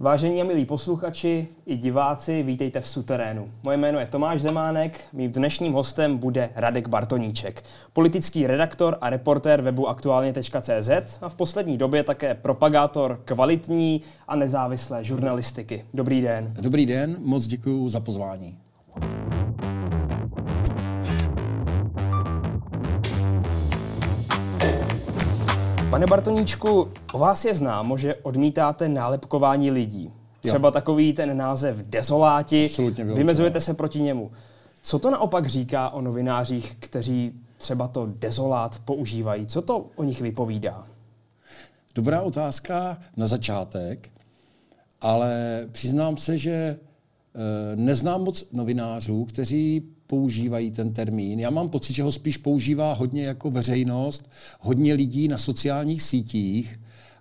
Vážení a milí posluchači i diváci, vítejte v Suterénu. Moje jméno je Tomáš Zemánek, mým dnešním hostem bude Radek Bartoníček, politický redaktor a reportér webu aktualně.cz a v poslední době také propagátor kvalitní a nezávislé žurnalistiky. Dobrý den. Dobrý den, moc děkuji za pozvání. Pane Bartoníčku, o vás je známo, že odmítáte nálepkování lidí. Třeba takový ten název dezoláti, vymezujete se proti němu. Co to naopak říká o novinářích, kteří třeba to dezolát používají? Co to o nich vypovídá? Dobrá otázka na začátek, ale přiznám se, že neznám moc novinářů, kteří používají ten termín. Já mám pocit, že ho spíš používá hodně jako veřejnost, hodně lidí na sociálních sítích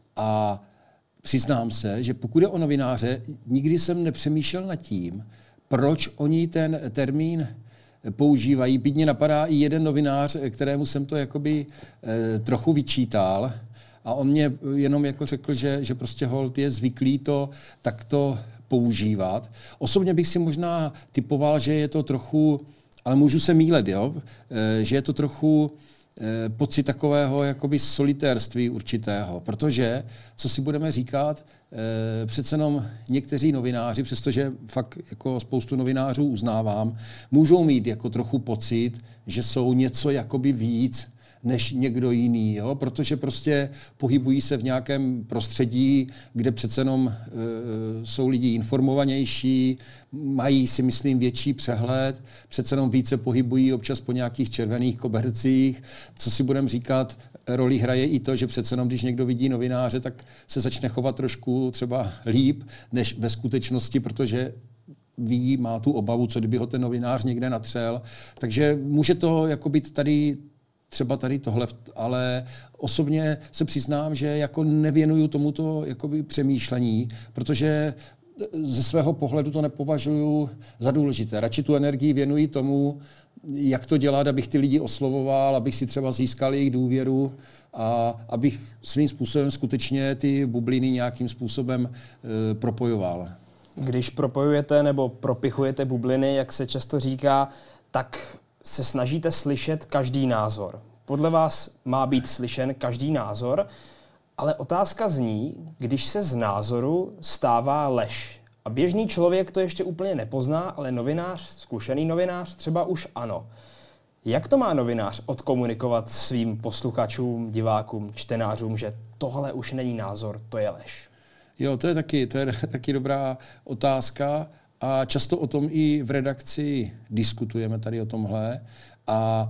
a přiznám se, že pokud je o novináře, nikdy jsem nepřemýšlel nad tím, proč oni ten termín používají. Byť mě napadá i jeden novinář, kterému jsem to jakoby trochu vyčítal a on mě jenom jako řekl, že prostě holt je zvyklý to takto používat. Osobně bych si možná typoval, že je to trochu, ale můžu se mýlit, jo? Že je to trochu pocit takového jakoby solitérství určitého, protože, co si budeme říkat, přece jenom někteří novináři, přestože fakt jako spoustu novinářů uznávám, můžou mít jako trochu pocit, že jsou něco jakoby víc než někdo jiný, jo? Protože prostě pohybují se v nějakém prostředí, kde přece jenom jsou lidi informovanější, mají si myslím větší přehled, přece jenom více pohybují občas po nějakých červených kobercích. Co si budeme říkat, roli hraje i to, že přece jenom, když někdo vidí novináře, tak se začne chovat trošku třeba líp, než ve skutečnosti, protože ví, má tu obavu, co kdyby ho ten novinář někde natřel. Takže může to jako být třeba tady tohle, ale osobně se přiznám, že jako nevěnuju tomuto jakoby přemýšlení, protože ze svého pohledu to nepovažuji za důležité. Radši tu energii věnuji tomu, jak to dělat, abych ty lidi oslovoval, abych si třeba získal jejich důvěru a abych svým způsobem skutečně ty bubliny nějakým způsobem propojoval. Když propojujete nebo propichujete bubliny, jak se často říká, tak se snažíte slyšet každý názor. Podle vás má být slyšen každý názor, ale otázka zní, když se z názoru stává lež. A běžný člověk to ještě úplně nepozná, ale novinář, zkušený novinář třeba už ano. Jak to má novinář odkomunikovat svým posluchačům, divákům, čtenářům, že tohle už není názor, to je lež? Jo, to je taky dobrá otázka. A často o tom i v redakci diskutujeme tady o tomhle. A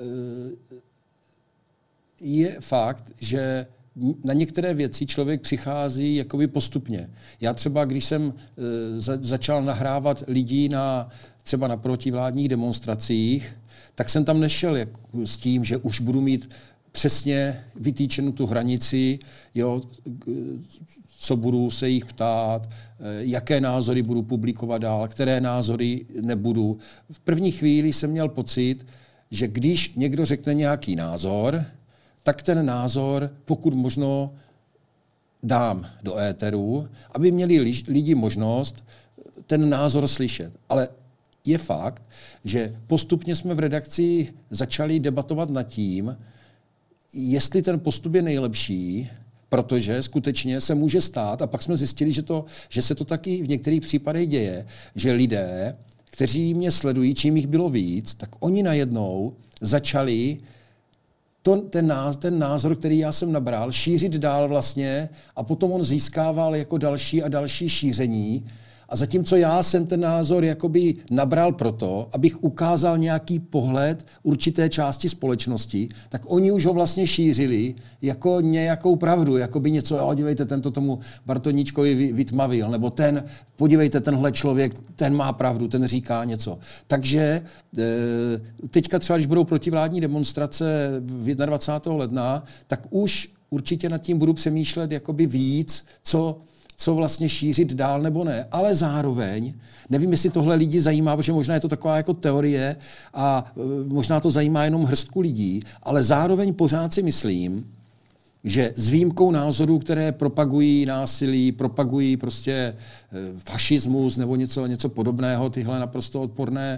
je fakt, že na některé věci člověk přichází jakoby postupně. Já třeba, když jsem začal nahrávat lidí třeba na protivládních demonstracích, tak jsem tam nešel s tím, že už budu mít přesně vytýčenou tu hranici, jo, co budu se jich ptát, jaké názory budu publikovat dál, které názory nebudu. V první chvíli jsem měl pocit, že když někdo řekne nějaký názor, tak ten názor, pokud možno, dám do éteru, aby měli lidi možnost ten názor slyšet. Ale je fakt, že postupně jsme v redakci začali debatovat nad tím, jestli ten postup je nejlepší, protože skutečně se může stát, a pak jsme zjistili, že se to taky v některých případech děje, že lidé, kteří mě sledují, čím jich bylo víc, tak oni najednou začali ten názor, který já jsem nabral, šířit dál vlastně a potom on získával jako další a další šíření. A zatímco já jsem ten názor jakoby nabral proto, abych ukázal nějaký pohled určité části společnosti, tak oni už ho vlastně šířili jako nějakou pravdu, jakoby něco, dívejte, tento tomu Bartoníčkovi vytmavil, nebo podívejte, tenhle člověk, ten má pravdu, ten říká něco. Takže teďka třeba, když budou protivládní demonstrace 21. ledna, tak už určitě nad tím budu přemýšlet jakoby víc, co vlastně šířit dál nebo ne. Ale zároveň, nevím, jestli tohle lidi zajímá, protože možná je to taková jako teorie a možná to zajímá jenom hrstku lidí, ale zároveň pořád si myslím, že s výjimkou názorů, které propagují násilí, propagují prostě fašismus nebo něco podobného, tyhle naprosto odporné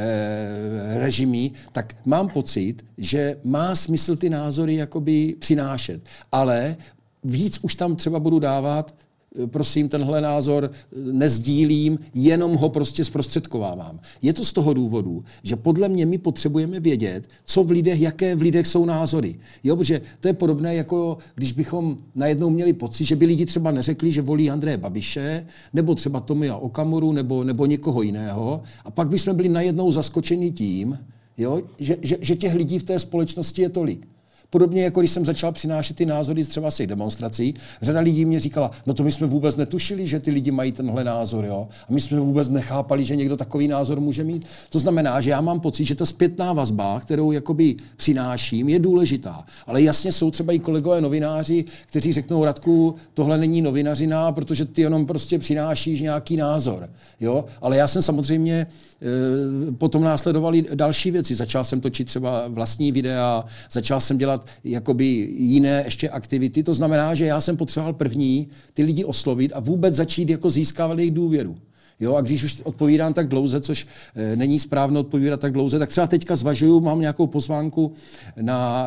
režimy, tak mám pocit, že má smysl ty názory jakoby přinášet. Ale víc už tam třeba budu dávat, prosím, tenhle názor nezdílím, jenom ho prostě zprostředkovávám. Je to z toho důvodu, že podle mě my potřebujeme vědět, co v lidech, jaké v lidech jsou názory. Jo, protože to je podobné, jako když bychom najednou měli pocit, že by lidi třeba neřekli, že volí Andreje Babiše, nebo třeba Tomia Okamuru, nebo někoho jiného, a pak bychom byli najednou zaskočeni tím, jo, že těch lidí v té společnosti je tolik. Podobně jako když jsem začal přinášet ty názory třeba z těch demonstrací, řada lidí mě říkala, no to my jsme vůbec netušili, že ty lidi mají tenhle názor, jo? A my jsme vůbec nechápali, že někdo takový názor může mít. To znamená, že já mám pocit, že ta zpětná vazba, kterou jakoby přináším, je důležitá. Ale jasně jsou třeba i kolegové novináři, kteří řeknou, Radku, tohle není novinařina, protože ty jenom prostě přinášíš nějaký názor, jo? Ale já jsem samozřejmě potom následoval další věci. Začal jsem točit třeba vlastní videa, začal jsem dělat jakoby jiné ještě aktivity. To znamená, že já jsem potřeboval první ty lidi oslovit a vůbec začít jako získávat jejich důvěru. Jo, a když už odpovídám tak dlouze, což není správné odpovídat tak dlouze, tak třeba teďka zvažuju, mám nějakou pozvánku na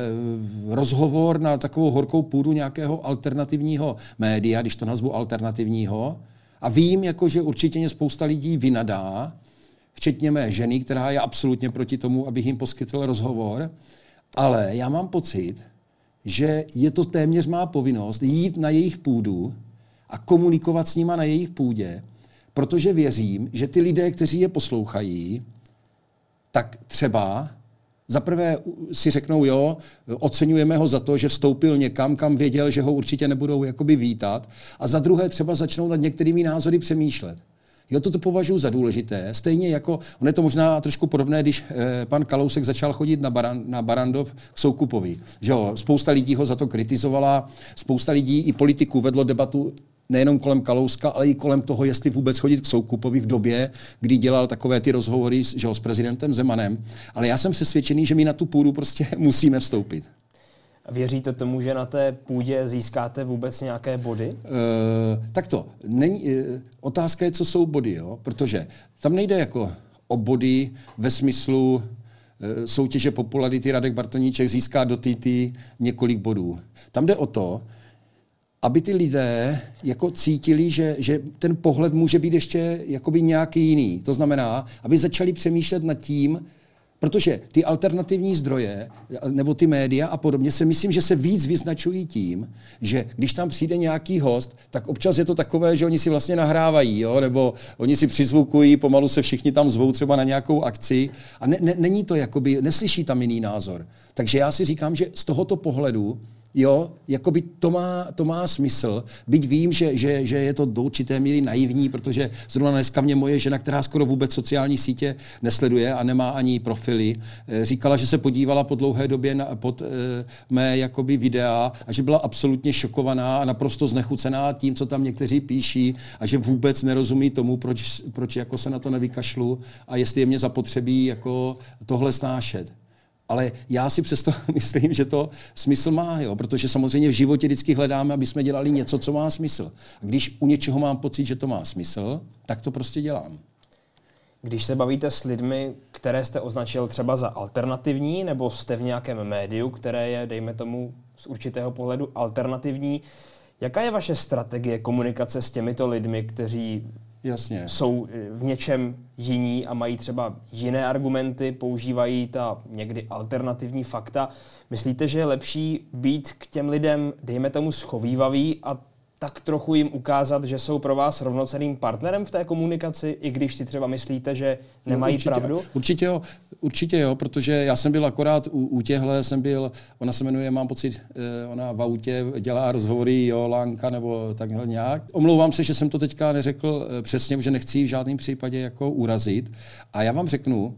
rozhovor na takovou horkou půdu nějakého alternativního média, když to nazvu alternativního. A vím, jako, že určitě mě spousta lidí vynadá, včetně mé ženy, která je absolutně proti tomu, abych jim poskytl rozhovor. Ale já mám pocit, že je to téměř má povinnost jít na jejich půdu a komunikovat s nima na jejich půdě, protože věřím, že ty lidé, kteří je poslouchají, tak třeba zaprvé si řeknou, jo, oceňujeme ho za to, že vstoupil někam, kam věděl, že ho určitě nebudou jakoby vítat, a za druhé třeba začnou nad některými názory přemýšlet. Jo, toto považuji za důležité. Stejně jako, on je to možná trošku podobné, když pan Kalousek začal chodit na Barrandov k Soukupovi. Že jo, spousta lidí ho za to kritizovala, spousta lidí i politiků vedlo debatu nejenom kolem Kalouska, ale i kolem toho, jestli vůbec chodit k Soukupovi v době, kdy dělal takové ty rozhovory že jo, s prezidentem Zemanem. Ale já jsem přesvědčený, že my na tu půdu prostě musíme vstoupit. Věříte tomu, že na té půdě získáte vůbec nějaké body? Takto. Otázka je, co jsou body, jo? Protože tam nejde jako o body ve smyslu soutěže popularity. Radek Bartoníček získá do TT několik bodů. Tam jde o to, aby ty lidé jako cítili, že ten pohled může být ještě jakoby nějaký jiný. To znamená, aby začali přemýšlet nad tím, protože ty alternativní zdroje nebo ty média a podobně se myslím, že se víc vyznačují tím, že když tam přijde nějaký host, tak občas je to takové, že oni si vlastně nahrávají, jo? Nebo oni si přizvukují, pomalu se všichni tam zvou třeba na nějakou akci a není to jakoby, neslyší tam jiný názor. Takže já si říkám, že z tohoto pohledu jo, jakoby to má smysl, byť vím, že je to do určité míry naivní, protože zrovna dneska mě moje žena, která skoro vůbec sociální sítě nesleduje a nemá ani profily, říkala, že se podívala po dlouhé době pod mé jakoby videa a že byla absolutně šokovaná a naprosto znechucená tím, co tam někteří píší a že vůbec nerozumí tomu, proč jako se na to nevykašlu a jestli je mě zapotřebí jako tohle snášet. Ale já si přesto myslím, že to smysl má, jo? Protože samozřejmě v životě vždycky hledáme, aby jsme dělali něco, co má smysl. A když u něčeho mám pocit, že to má smysl, tak to prostě dělám. Když se bavíte s lidmi, které jste označil třeba za alternativní, nebo jste v nějakém médiu, které je, dejme tomu, z určitého pohledu alternativní, jaká je vaše strategie komunikace s těmito lidmi, kteří Jasně. jsou v něčem jiní a mají třeba jiné argumenty, používají ta někdy alternativní fakta? Myslíte, že je lepší být k těm lidem, dejme tomu, schovívavý a tak trochu jim ukázat, že jsou pro vás rovnocenným partnerem v té komunikaci, i když si třeba myslíte, že nemají pravdu? Určitě jo, protože já jsem byl akorát u těhle, ona se jmenuje, mám pocit, ona v autě dělá rozhovory, jo, Lánka nebo takhle nějak. Omlouvám se, že jsem to teďka neřekl přesně, že nechci v žádném případě jako urazit. A já vám řeknu,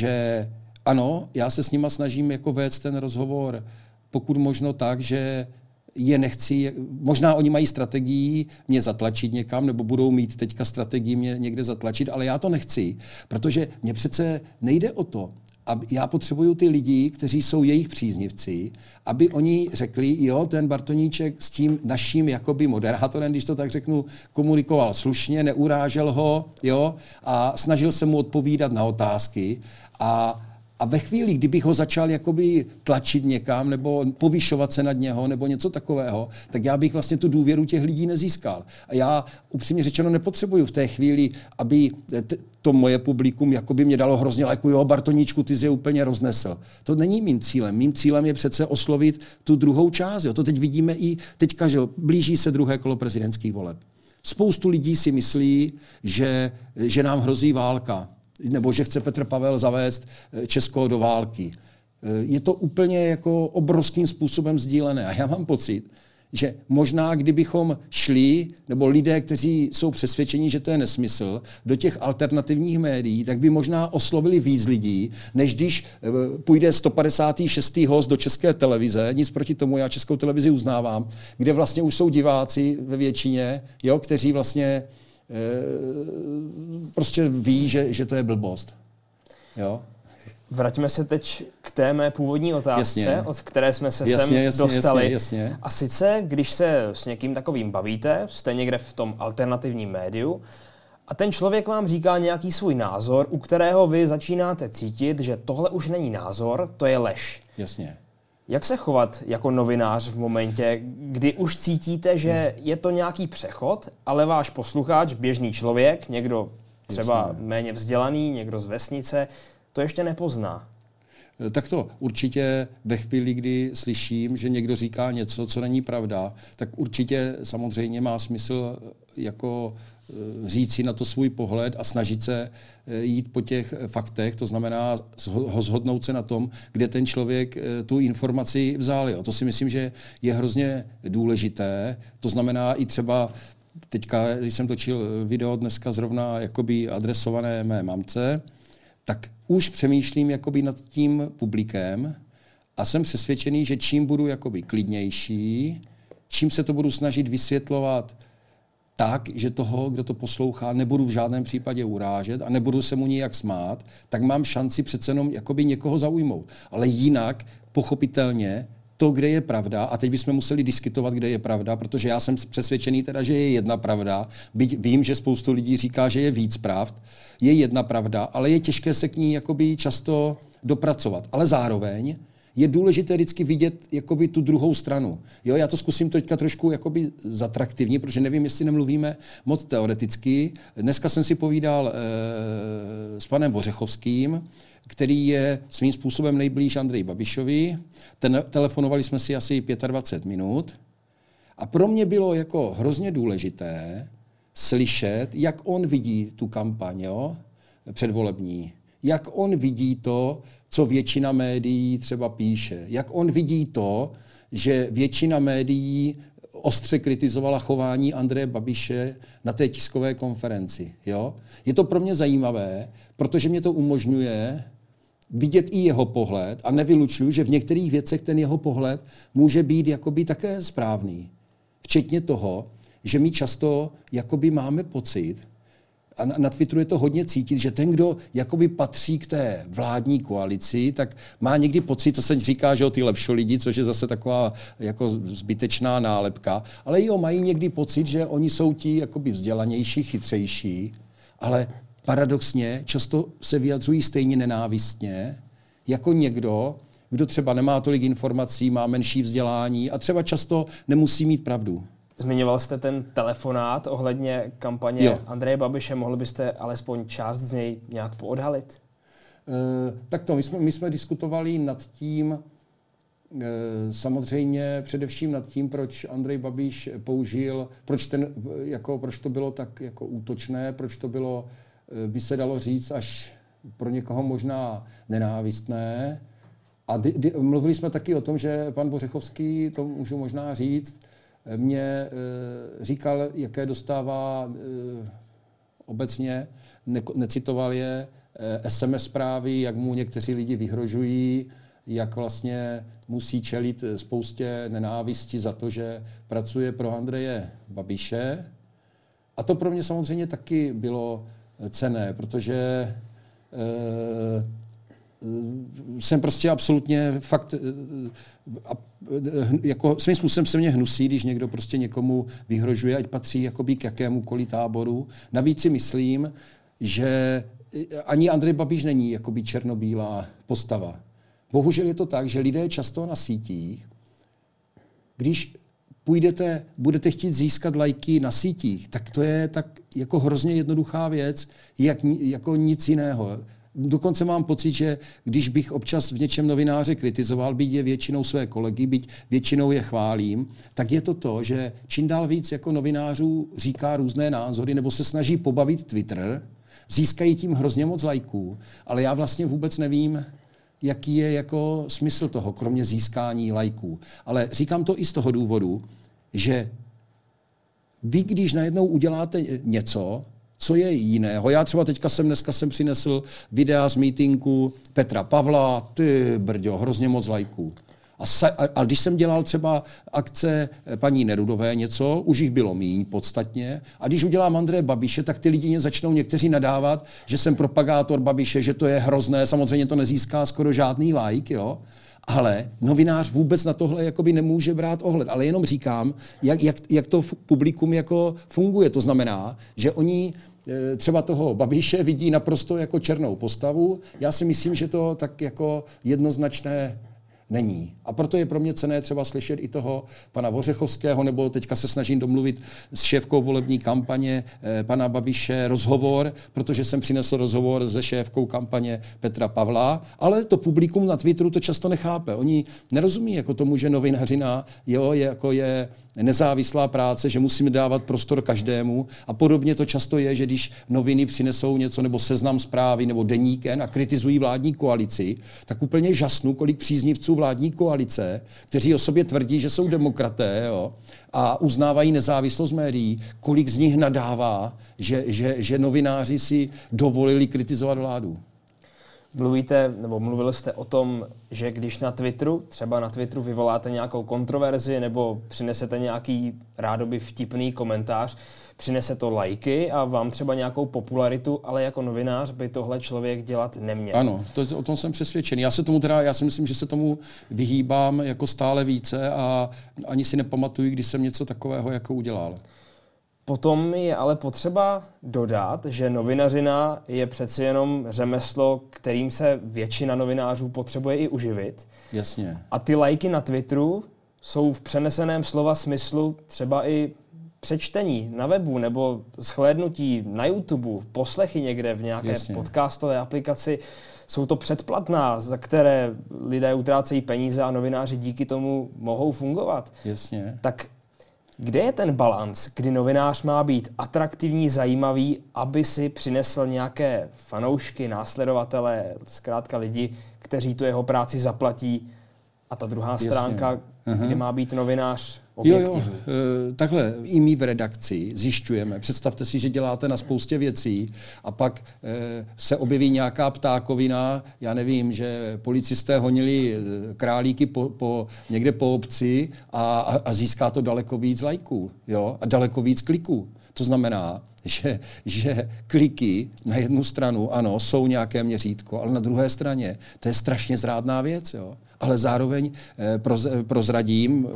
že ano, já se s nima snažím jako vést ten rozhovor, pokud možno tak, že je nechci, možná oni mají strategii mě zatlačit někam, nebo budou mít teďka strategii mě někde zatlačit, ale já to nechci, protože mně přece nejde o to, A já potřebuju ty lidi, kteří jsou jejich příznivci, aby oni řekli, jo, ten Bartoníček s tím naším jakoby moderátorem, když to tak řeknu, komunikoval slušně, neurážel ho, jo, a snažil se mu odpovídat na otázky. A ve chvíli, kdybych ho začal jakoby tlačit někam nebo povyšovat se nad něho nebo něco takového, tak já bych vlastně tu důvěru těch lidí nezískal. A já upřímně řečeno nepotřebuju v té chvíli, aby to moje publikum jakoby mě dalo hrozně lajku, jo, Bartoníčku, ty jsi je úplně roznesl. To není mým cílem. Mým cílem je přece oslovit tu druhou část. Jo. To teď vidíme i teďka, že blíží se druhé kolo prezidentských voleb. Spoustu lidí si myslí, že nám hrozí válka, nebo že chce Petr Pavel zavést Česko do války. Je to úplně jako obrovským způsobem sdílené. A já mám pocit, že možná kdybychom šli, nebo lidé, kteří jsou přesvědčeni, že to je nesmysl, do těch alternativních médií, tak by možná oslovili víc lidí, než když půjde 156. host do České televize, nic proti tomu, já Českou televizi uznávám, kde vlastně už jsou diváci ve většině, jo, kteří vlastně prostě ví, že to je blbost. Jo? Vraťme se teď k té mé původní otázce, jasně, od které jsme se sem dostali. Jasně. A sice, když se s někým takovým bavíte, jste někde v tom alternativním médiu a ten člověk vám říká nějaký svůj názor, u kterého vy začínáte cítit, že tohle už není názor, to je lež. Jasně. Jak se chovat jako novinář v momentě, kdy už cítíte, že je to nějaký přechod, ale váš posluchač, běžný člověk, někdo třeba méně vzdělaný, někdo z vesnice, to ještě nepozná? Tak to určitě ve chvíli, kdy slyším, že někdo říká něco, co není pravda, tak určitě samozřejmě má smysl jako říct si na to svůj pohled a snažit se jít po těch faktech, to znamená shodnout se na tom, kde ten člověk tu informaci vzal. Jo. To si myslím, že je hrozně důležité. To znamená i třeba teďka, když jsem točil video dneska zrovna jakoby adresované mé mamce, tak už přemýšlím jakoby nad tím publikem a jsem přesvědčený, že čím budu jakoby klidnější, čím se to budu snažit vysvětlovat tak, že toho, kdo to poslouchá, nebudu v žádném případě urážet a nebudu se mu nijak smát, tak mám šanci přece jenom jakoby někoho zaujmout. Ale jinak, pochopitelně, to, kde je pravda, a teď bychom museli diskutovat, kde je pravda, protože já jsem přesvědčený teda, že je jedna pravda, byť vím, že spoustu lidí říká, že je víc pravd, je jedna pravda, ale je těžké se k ní jakoby často dopracovat. Ale zároveň je důležité vždycky vidět jakoby tu druhou stranu. Jo, já to zkusím teďka trošku jakoby zatraktivně, protože nevím, jestli nemluvíme moc teoreticky. Dneska jsem si povídal s panem Vořechovským, který je svým způsobem nejblíž Andreji Babišovi. Telefonovali jsme si asi 25 minut. A pro mě bylo jako hrozně důležité slyšet, jak on vidí tu kampaň, jo, předvolební. Jak on vidí to, co většina médií třeba píše. Jak on vidí to, že většina médií ostře kritizovala chování Andreje Babiše na té tiskové konferenci. Jo? Je to pro mě zajímavé, protože mě to umožňuje vidět i jeho pohled a nevylučuju, že v některých věcech ten jeho pohled může být jakoby také správný. Včetně toho, že my často jakoby máme pocit, a na Twitteru je to hodně cítit, že ten, kdo jakoby patří k té vládní koalici, tak má někdy pocit, to se říká, že ty lepší lidi, což je zase taková jako zbytečná nálepka, ale jo, mají někdy pocit, že oni jsou ti jakoby vzdělanější, chytřejší, ale paradoxně často se vyjadřují stejně nenávistně, jako někdo, kdo třeba nemá tolik informací, má menší vzdělání a třeba často nemusí mít pravdu. Zmiňoval jste ten telefonát ohledně kampaně Andreje Babiše. Mohli byste alespoň část z něj nějak poodhalit? Tak my jsme diskutovali nad tím, samozřejmě především nad tím, proč Andrej Babiš použil, proč to bylo tak jako útočné, proč to bylo, by se dalo říct, až pro někoho možná nenávistné. A mluvili jsme taky o tom, že pan Vořechovský, to můžu možná říct, mě říkal, jaké dostává obecně, necitoval je, SMS zprávy, jak mu někteří lidi vyhrožují, jak vlastně musí čelit spoustě nenávisti za to, že pracuje pro Andreje Babiše. A to pro mě samozřejmě taky bylo cenné, protože jsem prostě absolutně fakt, jako svým způsobem se mě hnusí, když někdo prostě někomu vyhrožuje, ať patří jakoby k jakémukoliv táboru. Navíc si myslím, že ani Andrej Babiš není jakoby černobílá postava. Bohužel je to tak, že lidé často na sítích, když budete chtít získat lajky na sítích, tak to je tak jako hrozně jednoduchá věc, jako nic jiného. Dokonce mám pocit, že když bych občas v něčem novináře kritizoval, byť je většinou své kolegy, byť většinou je chválím, tak je to, že čím dál víc jako novinářů říká různé názory nebo se snaží pobavit Twitter, získají tím hrozně moc lajků, ale já vlastně vůbec nevím, jaký je jako smysl toho, kromě získání lajků. Ale říkám to i z toho důvodu, že vy, když najednou uděláte něco, co je jiného. Já třeba dneska jsem přinesl videa z mítinku Petra Pavla, ty brďo, hrozně moc lajků. A když jsem dělal třeba akce paní Nerudové něco, už jich bylo míň podstatně, a když udělám Andreje Babiše, tak ty lidi začnou někteří nadávat, že jsem propagátor Babiše, že to je hrozné, samozřejmě to nezíská skoro žádný like, jo. Ale novinář vůbec na tohle jakoby nemůže brát ohled. Ale jenom říkám, jak to publikum jako funguje. To znamená, že oni třeba toho Babiše vidí naprosto jako černou postavu. Já si myslím, že to tak jako jednoznačné není. A proto je pro mě cenné třeba slyšet i toho pana Vořechovského, nebo teďka se snažím domluvit s šéfkou volební kampaně pana Babiše rozhovor, protože jsem přinesl rozhovor se šéfkou kampaně Petra Pavla, ale to publikum na Twitteru to často nechápe. Oni nerozumí jako tomu, že novinařina je nezávislá práce, že musíme dávat prostor každému, a podobně to často je, že když noviny přinesou něco, nebo Seznam Zprávy, nebo Deník N a kritizují vládní koalici, tak úplně žasnu, kolik příznivců vládní koalice, kteří o sobě tvrdí, že jsou demokraté, jo, a uznávají nezávislost médií, kolik z nich nadává, že novináři si dovolili kritizovat vládu. Mluvil jste o tom, že když třeba na Twitteru vyvoláte nějakou kontroverzi nebo přinesete nějaký rádoby vtipný komentář, přinese to lajky a vám třeba nějakou popularitu, ale jako novinář by tohle člověk dělat neměl. Ano, o tom jsem přesvědčený. Já si myslím, že se tomu vyhýbám jako stále více a ani si nepamatuju, když jsem něco takového jako udělal. Potom je ale potřeba dodat, že novinařina je přeci jenom řemeslo, kterým se většina novinářů potřebuje i uživit. Jasně. A ty lajky na Twitteru jsou v přeneseném slova smyslu třeba i přečtení na webu nebo shlédnutí na YouTube, poslechy někde v nějaké podcastové aplikaci. Jsou to předplatná, za které lidé utrácejí peníze a novináři díky tomu mohou fungovat. Jasně. Tak kde je ten balanc, kdy novinář má být atraktivní, zajímavý, aby si přinesl nějaké fanoušky, následovatele, zkrátka lidi, kteří tu jeho práci zaplatí, a ta druhá stránka, kdy má být novinář objektivní? Takhle i my v redakci zjišťujeme. Představte si, že děláte na spoustě věcí a pak se objeví nějaká ptákovina, já nevím, že policisté honili králíky někde po obci a získá to daleko víc lajků, jo? A daleko víc kliků. To znamená, že kliky na jednu stranu, ano, jsou nějaké měřítko, ale na druhé straně to je strašně zrádná věc. Jo? Ale zároveň prozradím,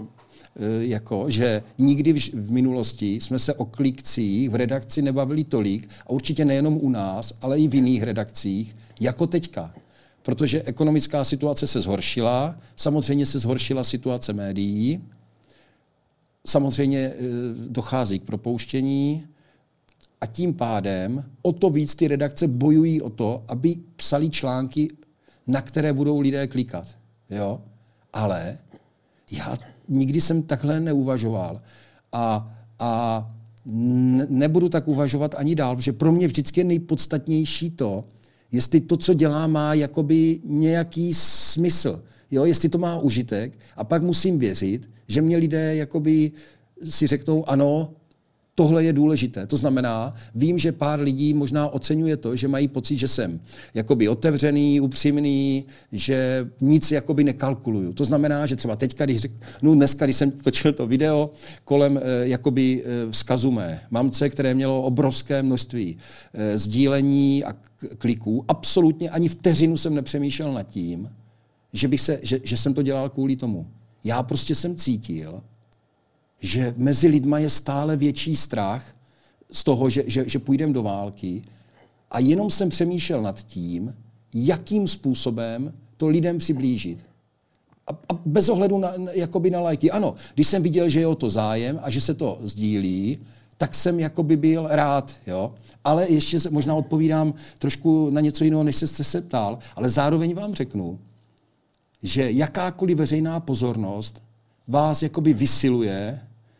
že nikdy v minulosti jsme se o klikcích v redakci nebavili tolik, a určitě nejenom u nás, ale i v jiných redakcích, jako teďka. Protože ekonomická situace se zhoršila, samozřejmě se zhoršila situace médií, samozřejmě dochází k propouštění, a tím pádem o to víc ty redakce bojují o to, aby psali články, na které budou lidé klikat. Jo? Ale já nikdy jsem takhle neuvažoval a nebudu tak uvažovat ani dál, protože pro mě vždycky je nejpodstatnější to, jestli to, co dělá, má jakoby nějaký smysl. Jo? Jestli to má užitek, a pak musím věřit, že mě lidé jakoby si řeknou, ano, Tohle je důležité. To znamená, vím, že pár lidí možná oceňuje to, že mají pocit, že jsem jakoby otevřený, upřímný, že nic jakoby nekalkuluju. To znamená, že třeba teďka, dneska, když jsem točil to video kolem jakoby vzkazu mé mamce, které mělo obrovské množství sdílení a kliků, absolutně ani vteřinu jsem nepřemýšlel nad tím, že jsem to dělal kvůli tomu. Já prostě jsem cítil, že mezi lidma je stále větší strach z toho, že půjdeme do války a jenom jsem přemýšlel nad tím, jakým způsobem to lidem přiblížit. A bez ohledu na lajky. Ano, když jsem viděl, že je o to zájem a že se to sdílí, tak jsem jakoby byl rád. Jo? Ale ještě možná odpovídám trošku na něco jiného, než jste se ptal, ale zároveň vám řeknu, že jakákoliv veřejná pozornost vás jakoby vysiluje,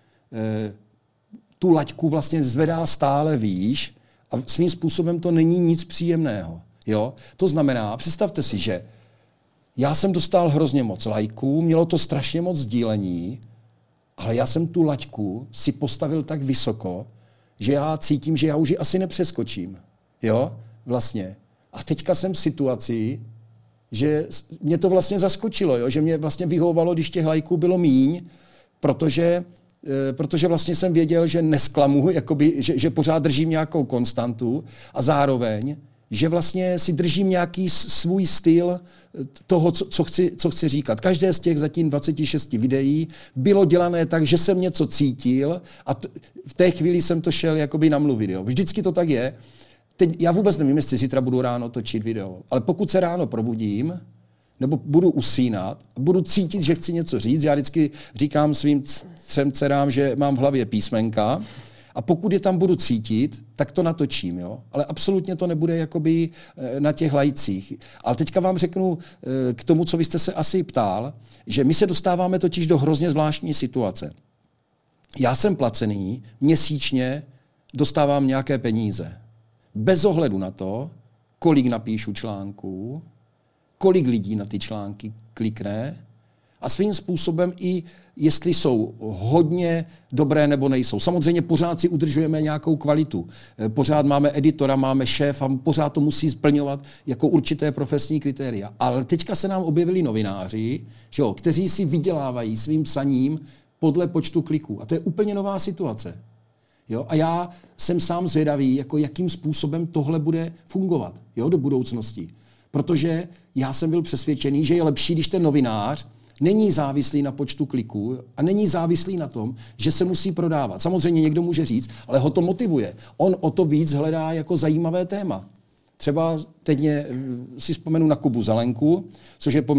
tu laťku vlastně zvedá stále výš a svým způsobem to není nic příjemného. Jo? To znamená, představte si, že já jsem dostal hrozně moc lajků, mělo to strašně moc sdílení, ale já jsem tu laťku si postavil tak vysoko, že já cítím, že já už ji asi nepřeskočím. Jo? Vlastně. A teďka jsem v situaci, že mě to vlastně zaskočilo, jo? Že mě vlastně vyhovovalo, když těch lajků bylo míň, protože vlastně jsem věděl, že nesklamu, jakoby, že pořád držím nějakou konstantu a zároveň, že vlastně si držím nějaký svůj styl toho, co chci říkat. Každé z těch zatím 26 videí bylo dělané tak, že jsem něco cítil a v té chvíli jsem to šel jakoby namluvit. Jo. Vždycky to tak je. Teď já vůbec nevím, jestli zítra budu ráno točit video, ale pokud se ráno probudím, nebo budu usínat, budu cítit, že chci něco říct. Já vždycky říkám svým 3 dcerám, že mám v hlavě písmenka a pokud je tam budu cítit, tak to natočím. Jo? Ale absolutně to nebude jakoby na těch lajcích. Ale teďka vám řeknu k tomu, co vy jste se asi ptal, že my se dostáváme totiž do hrozně zvláštní situace. Já jsem placený, měsíčně dostávám nějaké peníze. Bez ohledu na to, kolik napíšu článků, kolik lidí na ty články klikne a svým způsobem i jestli jsou hodně dobré nebo nejsou. Samozřejmě pořád si udržujeme nějakou kvalitu. Pořád máme editora, máme šéfa, pořád to musí splňovat jako určité profesní kritéria. Ale teďka se nám objevili novináři, že jo, kteří si vydělávají svým psaním podle počtu kliků. A to je úplně nová situace. Jo? A já jsem sám zvědavý, jako jakým způsobem tohle bude fungovat, jo, do budoucnosti. Protože já jsem byl přesvědčený, že je lepší, když ten novinář není závislý na počtu kliků a není závislý na tom, že se musí prodávat. Samozřejmě někdo může říct, ale ho to motivuje. On o to víc hledá jako zajímavé téma. Třeba teď si vzpomenu na Kubu Zelenku, což je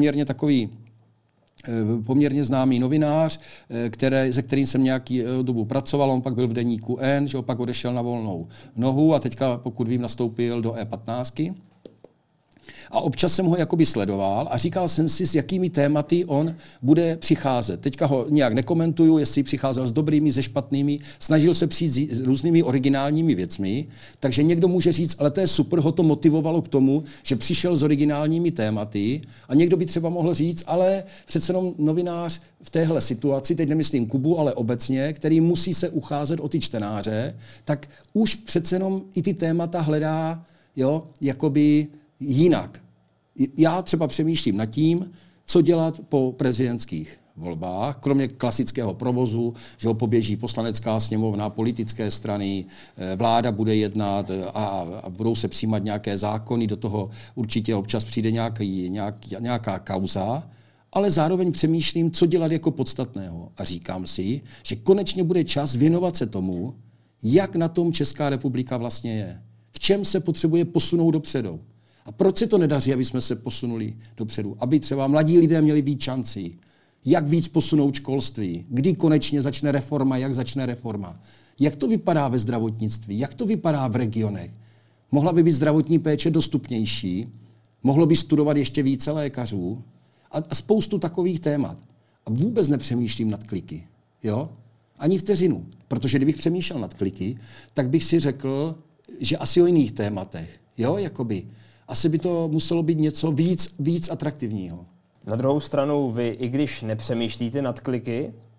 poměrně známý novinář, se kterým jsem nějaký dobu pracoval, on pak byl v deníku N, že pak odešel na volnou nohu a teďka, pokud vím, nastoupil do E15. A občas jsem ho jakoby sledoval a říkal jsem si, s jakými tématy on bude přicházet. Teďka ho nějak nekomentuju, jestli přicházel s dobrými, se špatnými, snažil se přijít s různými originálními věcmi, takže někdo může říct, ale to je super, ho to motivovalo k tomu, že přišel s originálními tématy a někdo by třeba mohl říct, ale přece jenom novinář v téhle situaci, teď nemyslím Kubu, ale obecně, který musí se ucházet o ty čtenáře, tak už přece jenom i ty témata hledá, jo, jakoby jinak. Já třeba přemýšlím nad tím, co dělat po prezidentských volbách, kromě klasického provozu, že ho poběží poslanecká sněmovna, politické strany, vláda bude jednat a budou se přijímat nějaké zákony, do toho určitě občas přijde nějaká kauza, ale zároveň přemýšlím, co dělat jako podstatného. A říkám si, že konečně bude čas věnovat se tomu, jak na tom Česká republika vlastně je. V čem se potřebuje posunout dopředu. A proč se to nedaří, aby jsme se posunuli dopředu? Aby třeba mladí lidé měli víc šancí. Jak víc posunout školství? Kdy konečně začne reforma? Jak začne reforma? Jak to vypadá ve zdravotnictví? Jak to vypadá v regionech? Mohla by být zdravotní péče dostupnější? Mohlo by studovat ještě více lékařů? A spoustu takových témat. A vůbec nepřemýšlím nad kliky. Jo? Ani vteřinu. Protože kdybych přemýšlel nad kliky, tak bych si řekl, že asi o jiných tématech. Jo, jakoby. Asi by to muselo být něco víc atraktivního. Na druhou stranu vy, i když nepřemýšlíte nad kliky,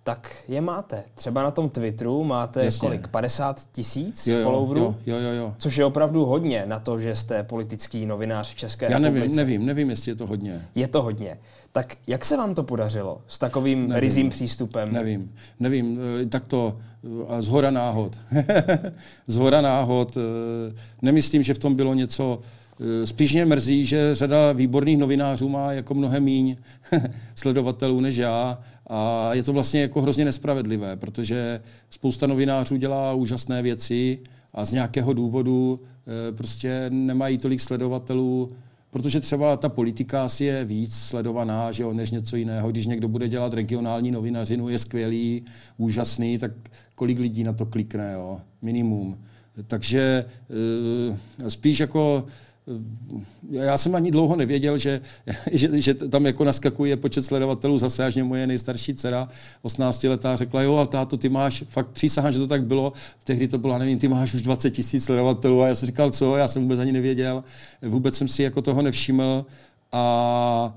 tak je máte. Třeba na tom Twitteru máte kolik? 50 000 followerů? Jo. Což je opravdu hodně na to, že jste politický novinář v České republice. Já nevím, jestli je to hodně. Je to hodně. Tak jak se vám to podařilo s takovým ryzím přístupem? Nevím. Tak to zhora náhod. Zhora náhod. Nemyslím, že v tom bylo něco. Spíš mě mrzí, že řada výborných novinářů má jako mnohem míň sledovatelů než já a je to vlastně jako hrozně nespravedlivé, protože spousta novinářů dělá úžasné věci a z nějakého důvodu prostě nemají tolik sledovatelů, protože třeba ta politika asi je víc sledovaná, že jo, než něco jiného. Když někdo bude dělat regionální novinařinu, je skvělý, úžasný, tak kolik lidí na to klikne, jo? Minimum. Takže spíš jako já jsem ani dlouho nevěděl, že tam jako naskakuje počet sledovatelů zase, až mě moje nejstarší dcera, 18letá, řekla, jo, ale táto, ty máš, fakt přísahám, že to tak bylo, tehdy to bylo, nevím, ty máš už 20 000 sledovatelů a já jsem říkal, co, já jsem vůbec ani nevěděl, vůbec jsem si jako toho nevšiml a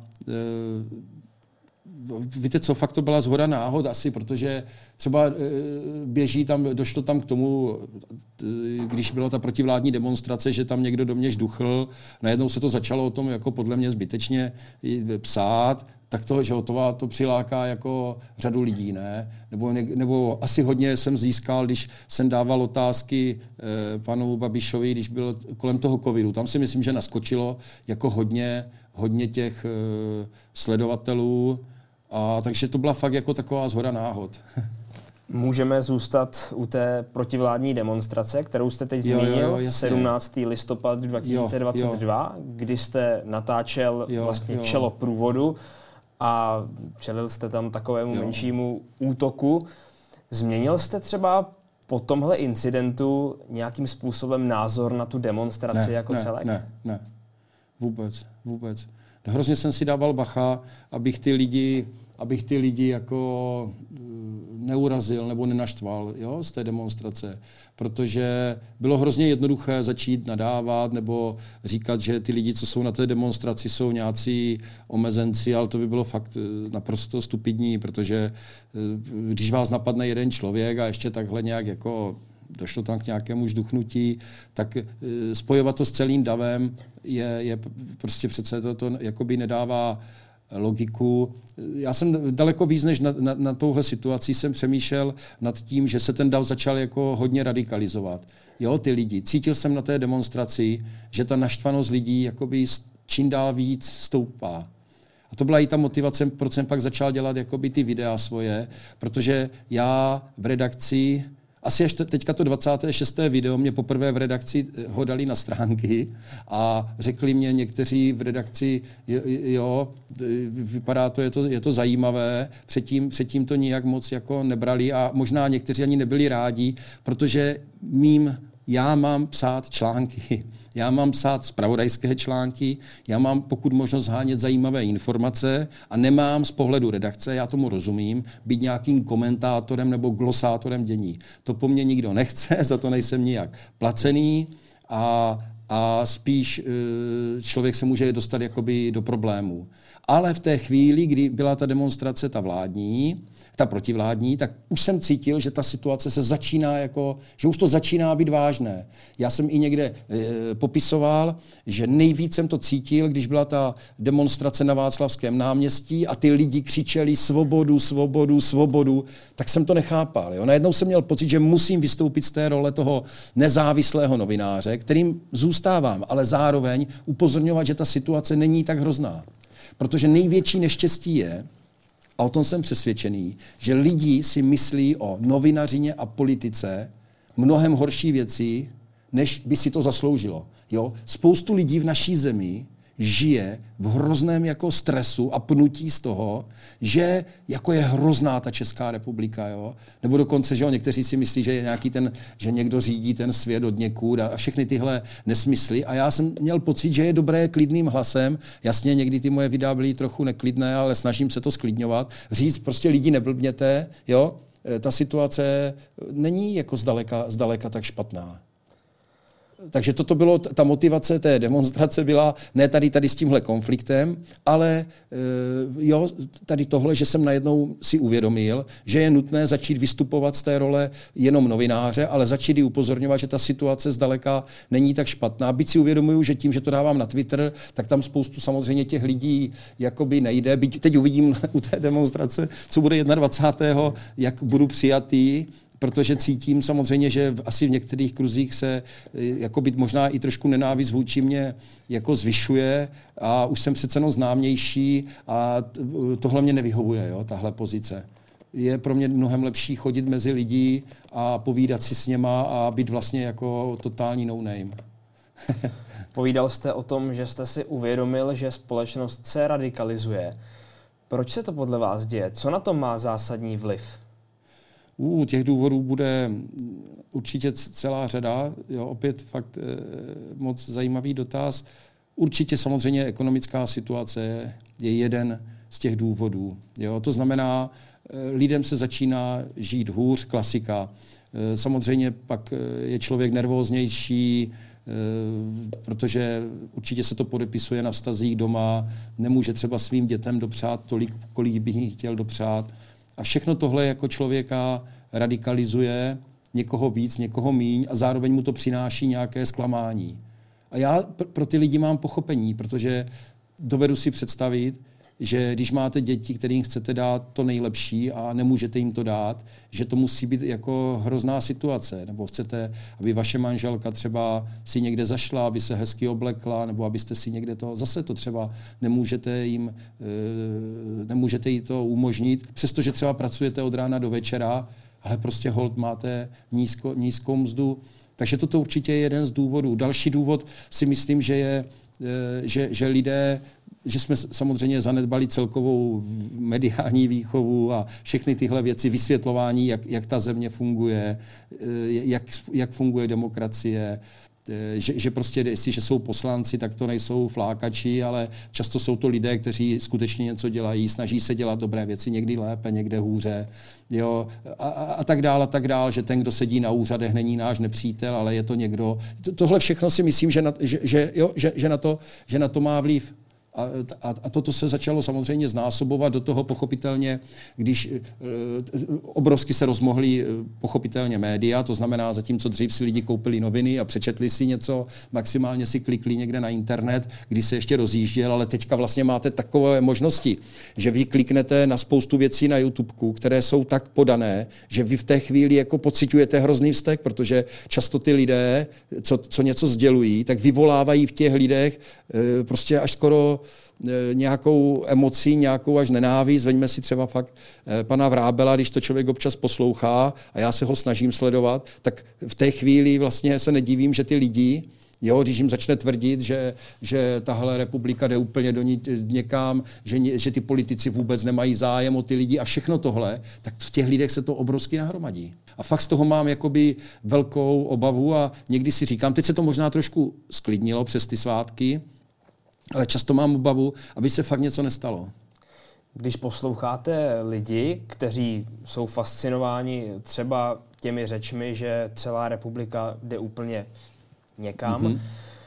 víte co, fakt to byla zhoda náhod asi, protože třeba došlo tam k tomu, když byla ta protivládní demonstrace, že tam někdo do mě žduchl, najednou se to začalo o tom jako podle mě zbytečně psát, tak to, že to přiláká jako řadu lidí, ne? Nebo asi hodně jsem získal, když jsem dával otázky panu Babišovi, když byl kolem toho covidu. Tam si myslím, že naskočilo jako hodně těch sledovatelů, a takže to byla fakt jako taková zhoda náhod. Můžeme zůstat u té protivládní demonstrace, kterou jste teď zmínil, 17. listopad 2022, kdy jste natáčel vlastně čelo průvodu a čelil jste tam takovému menšímu útoku. Změnil jste třeba po tomhle incidentu nějakým způsobem názor na tu demonstraci celek? Ne. Vůbec. Hrozně jsem si dával bacha, abych ty lidi jako neurazil nebo nenaštval, jo, z té demonstrace. Protože bylo hrozně jednoduché začít nadávat nebo říkat, že ty lidi, co jsou na té demonstraci, jsou nějací omezenci, ale to by bylo fakt naprosto stupidní, protože když vás napadne jeden člověk a ještě takhle nějak jako došlo tam k nějakému žduchnutí, tak spojovat to s celým davem je prostě přece to jakoby nedává logiku. Já jsem daleko víc než na touhle situaci jsem přemýšlel nad tím, že se ten dav začal jako hodně radikalizovat. Jo, ty lidi. Cítil jsem na té demonstraci, že ta naštvanost lidí jakoby čím dál víc stoupá. A to byla i ta motivace, proč jsem pak začal dělat jakoby ty videa svoje, protože já v redakci asi až teďka to 26. video mě poprvé v redakci ho dali na stránky a řekli mě někteří v redakci, jo, vypadá to, je to zajímavé, předtím to nijak moc jako nebrali a možná někteří ani nebyli rádi, protože já mám psát články, já mám psát zpravodajské články, já mám pokud možno zhánět zajímavé informace a nemám z pohledu redakce, já tomu rozumím, být nějakým komentátorem nebo glosátorem dění. To po mně nikdo nechce, za to nejsem nijak placený a spíš člověk se může dostat jakoby do problémů. Ale v té chvíli, kdy byla ta demonstrace ta protivládní, tak už jsem cítil, že ta situace se začíná že už to začíná být vážné. Já jsem i někde popisoval, že nejvíc jsem to cítil, když byla ta demonstrace na Václavském náměstí a ty lidi křičeli svobodu, svobodu, svobodu, tak jsem to nechápal. Jo? Najednou jsem měl pocit, že musím vystoupit z té role toho nezávislého novináře, kterým zůstávám, ale zároveň upozorňovat, že ta situace není tak hrozná. Protože největší neštěstí je, a o tom jsem přesvědčený, že lidi si myslí o novinařině a politice mnohem horší věci, než by si to zasloužilo. Jo? Spoustu lidí v naší zemi žije v hrozném jako stresu a pnutí z toho, že jako je hrozná ta Česká republika. Jo? Nebo dokonce, že někteří si myslí, že je nějaký že někdo řídí ten svět od někud a všechny tyhle nesmysly. A já jsem měl pocit, že je dobré klidným hlasem. Jasně, někdy ty moje videa byly trochu neklidné, ale snažím se to sklidňovat. Říct prostě lidi neblbněte, jo? Ta situace není jako zdaleka tak špatná. Takže toto bylo, ta motivace té demonstrace byla ne tady s tímhle konfliktem, ale jo, tady tohle, že jsem najednou si uvědomil, že je nutné začít vystupovat z té role jenom novináře, ale začít i upozorňovat, že ta situace zdaleka není tak špatná. Byť si uvědomuju, že tím, že to dávám na Twitter, tak tam spoustu samozřejmě těch lidí jakoby nejde. Byť teď uvidím u té demonstrace, co bude 21. jak budu přijatý, protože cítím samozřejmě, že asi v některých kruzích se jako být možná i trošku nenávist vůči mě jako zvyšuje a už jsem přece jenom známější a tohle mě nevyhovuje, jo, tahle pozice. Je pro mě mnohem lepší chodit mezi lidi a povídat si s něma a být vlastně jako totální no-name. Povídal jste o tom, že jste si uvědomil, že společnost se radikalizuje. Proč se to podle vás děje? Co na to má zásadní vliv? Těch důvodů bude určitě celá řada. Jo, opět fakt moc zajímavý dotaz. Určitě samozřejmě ekonomická situace je jeden z těch důvodů. Jo, to znamená, lidem se začíná žít hůř, klasika. Samozřejmě pak je člověk nervóznější, protože určitě se to podepisuje na vztazích doma, nemůže třeba svým dětem dopřát tolik, kolik by jich chtěl dopřát. A všechno tohle jako člověka radikalizuje, někoho víc, někoho míň a zároveň mu to přináší nějaké zklamání. A já pro ty lidi mám pochopení, protože dovedu si představit, že když máte děti, kterým chcete dát to nejlepší a nemůžete jim to dát, že to musí být jako hrozná situace. Nebo chcete, aby vaše manželka třeba si někde zašla, aby se hezky oblekla, nebo abyste si někde to, zase to třeba nemůžete jí to umožnit, přestože třeba pracujete od rána do večera, ale prostě holt máte nízkou mzdu. Takže toto určitě je jeden z důvodů. Další důvod si myslím, že je, že lidé, že jsme samozřejmě zanedbali celkovou mediální výchovu a všechny tyhle věci, vysvětlování, jak ta země funguje, jak funguje demokracie, že prostě, jestliže jsou poslanci, tak to nejsou flákači, ale často jsou to lidé, kteří skutečně něco dělají, snaží se dělat dobré věci, někdy lépe, někde hůře, jo, a tak dál, že ten, kdo sedí na úřadech, není náš nepřítel, ale je to někdo. Tohle všechno si myslím, že na to má vliv. A toto se začalo samozřejmě znásobovat do toho pochopitelně, když obrovsky se rozmohly pochopitelně média, to znamená, zatímco dřív si lidi koupili noviny a přečetli si něco, maximálně si klikli někde na internet, když se ještě rozjížděl, ale teďka vlastně máte takové možnosti, že vy kliknete na spoustu věcí na YouTubeku, které jsou tak podané, že vy v té chvíli jako pociťujete hrozný vztek, protože často ty lidé, co něco sdělují, tak vyvolávají v těch lidech prostě až skoro nějakou emoci, nějakou až nenávist. Veďme si třeba fakt pana Vrábela, když to člověk občas poslouchá a já se ho snažím sledovat, tak v té chvíli vlastně se nedivím, že ty lidi, jo, když jim začne tvrdit, že tahle republika jde úplně někam, že ty politici vůbec nemají zájem o ty lidi a všechno tohle, tak v těch lidech se to obrovsky nahromadí. A fakt z toho mám jakoby velkou obavu a někdy si říkám, teď se to možná trošku sklidnilo přes ty svátky, ale často mám obavu, aby se fakt něco nestalo. Když posloucháte lidi, kteří jsou fascinováni třeba těmi řečmi, že celá republika jde úplně někam,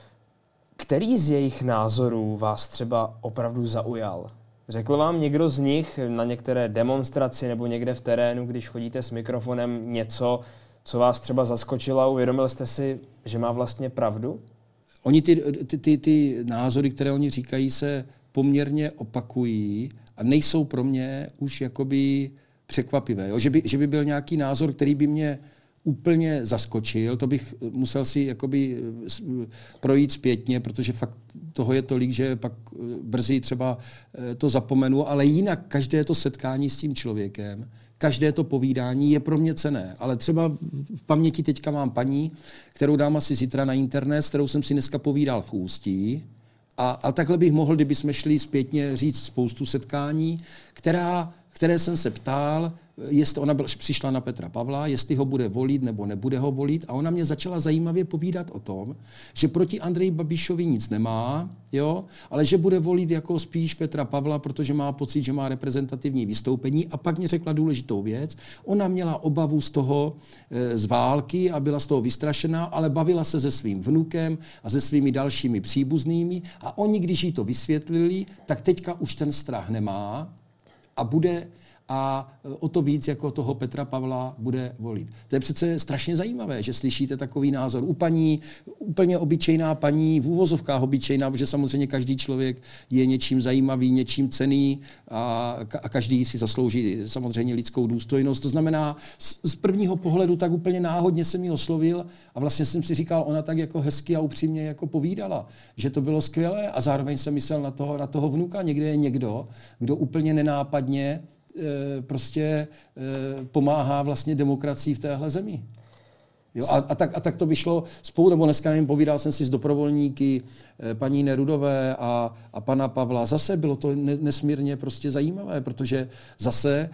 který z jejich názorů vás třeba opravdu zaujal? Řekl vám někdo z nich na některé demonstraci nebo někde v terénu, když chodíte s mikrofonem, něco, co vás třeba zaskočilo a uvědomil jste si, že má vlastně pravdu? Oni ty názory, které oni říkají, se poměrně opakují a nejsou pro mě už jakoby překvapivé. Jo? Že by byl nějaký názor, který by mě úplně zaskočil, to bych musel si jakoby projít zpětně, protože fakt toho je tolik, že pak brzy třeba to zapomenu, ale jinak každé to setkání s tím člověkem, každé to povídání je pro mě cenné. Ale třeba v paměti teďka mám paní, kterou dám asi zítra na internet, s kterou jsem si dneska povídal v Ústí. A takhle bych mohl, kdyby jsme šli zpětně, říct spoustu setkání, které jsem se ptal, jestli ona přišla na Petra Pavla, jestli ho bude volit nebo nebude ho volit a ona mě začala zajímavě povídat o tom, že proti Andreji Babišovi nic nemá, jo, ale že bude volit jako spíš Petra Pavla, protože má pocit, že má reprezentativní vystoupení a pak mě řekla důležitou věc. Ona měla obavu z toho, z války a byla z toho vystrašená, ale bavila se se svým vnukem a se svými dalšími příbuznými a oni, když jí to vysvětlili, tak teďka už ten strach nemá a bude a o to víc jako toho Petra Pavla bude volit. To je přece strašně zajímavé, že slyšíte takový názor u paní, úplně obyčejná paní, v úvozovkách obyčejná, protože samozřejmě každý člověk je něčím zajímavý, něčím cenný a každý si zaslouží samozřejmě lidskou důstojnost. To znamená, z prvního pohledu tak úplně náhodně jsem ji oslovil a vlastně jsem si říkal, ona tak jako hezky a upřímně jako povídala, že to bylo skvělé a zároveň jsem myslel na toho vnuka. Někde je někdo, kdo úplně nenápadně prostě pomáhá vlastně demokracii v téhle zemi. Jo, a tak to vyšlo spolu, nebo dneska nevím, povídal jsem si s doprovolníky paní Nerudové a pana Pavla. Zase bylo to nesmírně prostě zajímavé, protože zase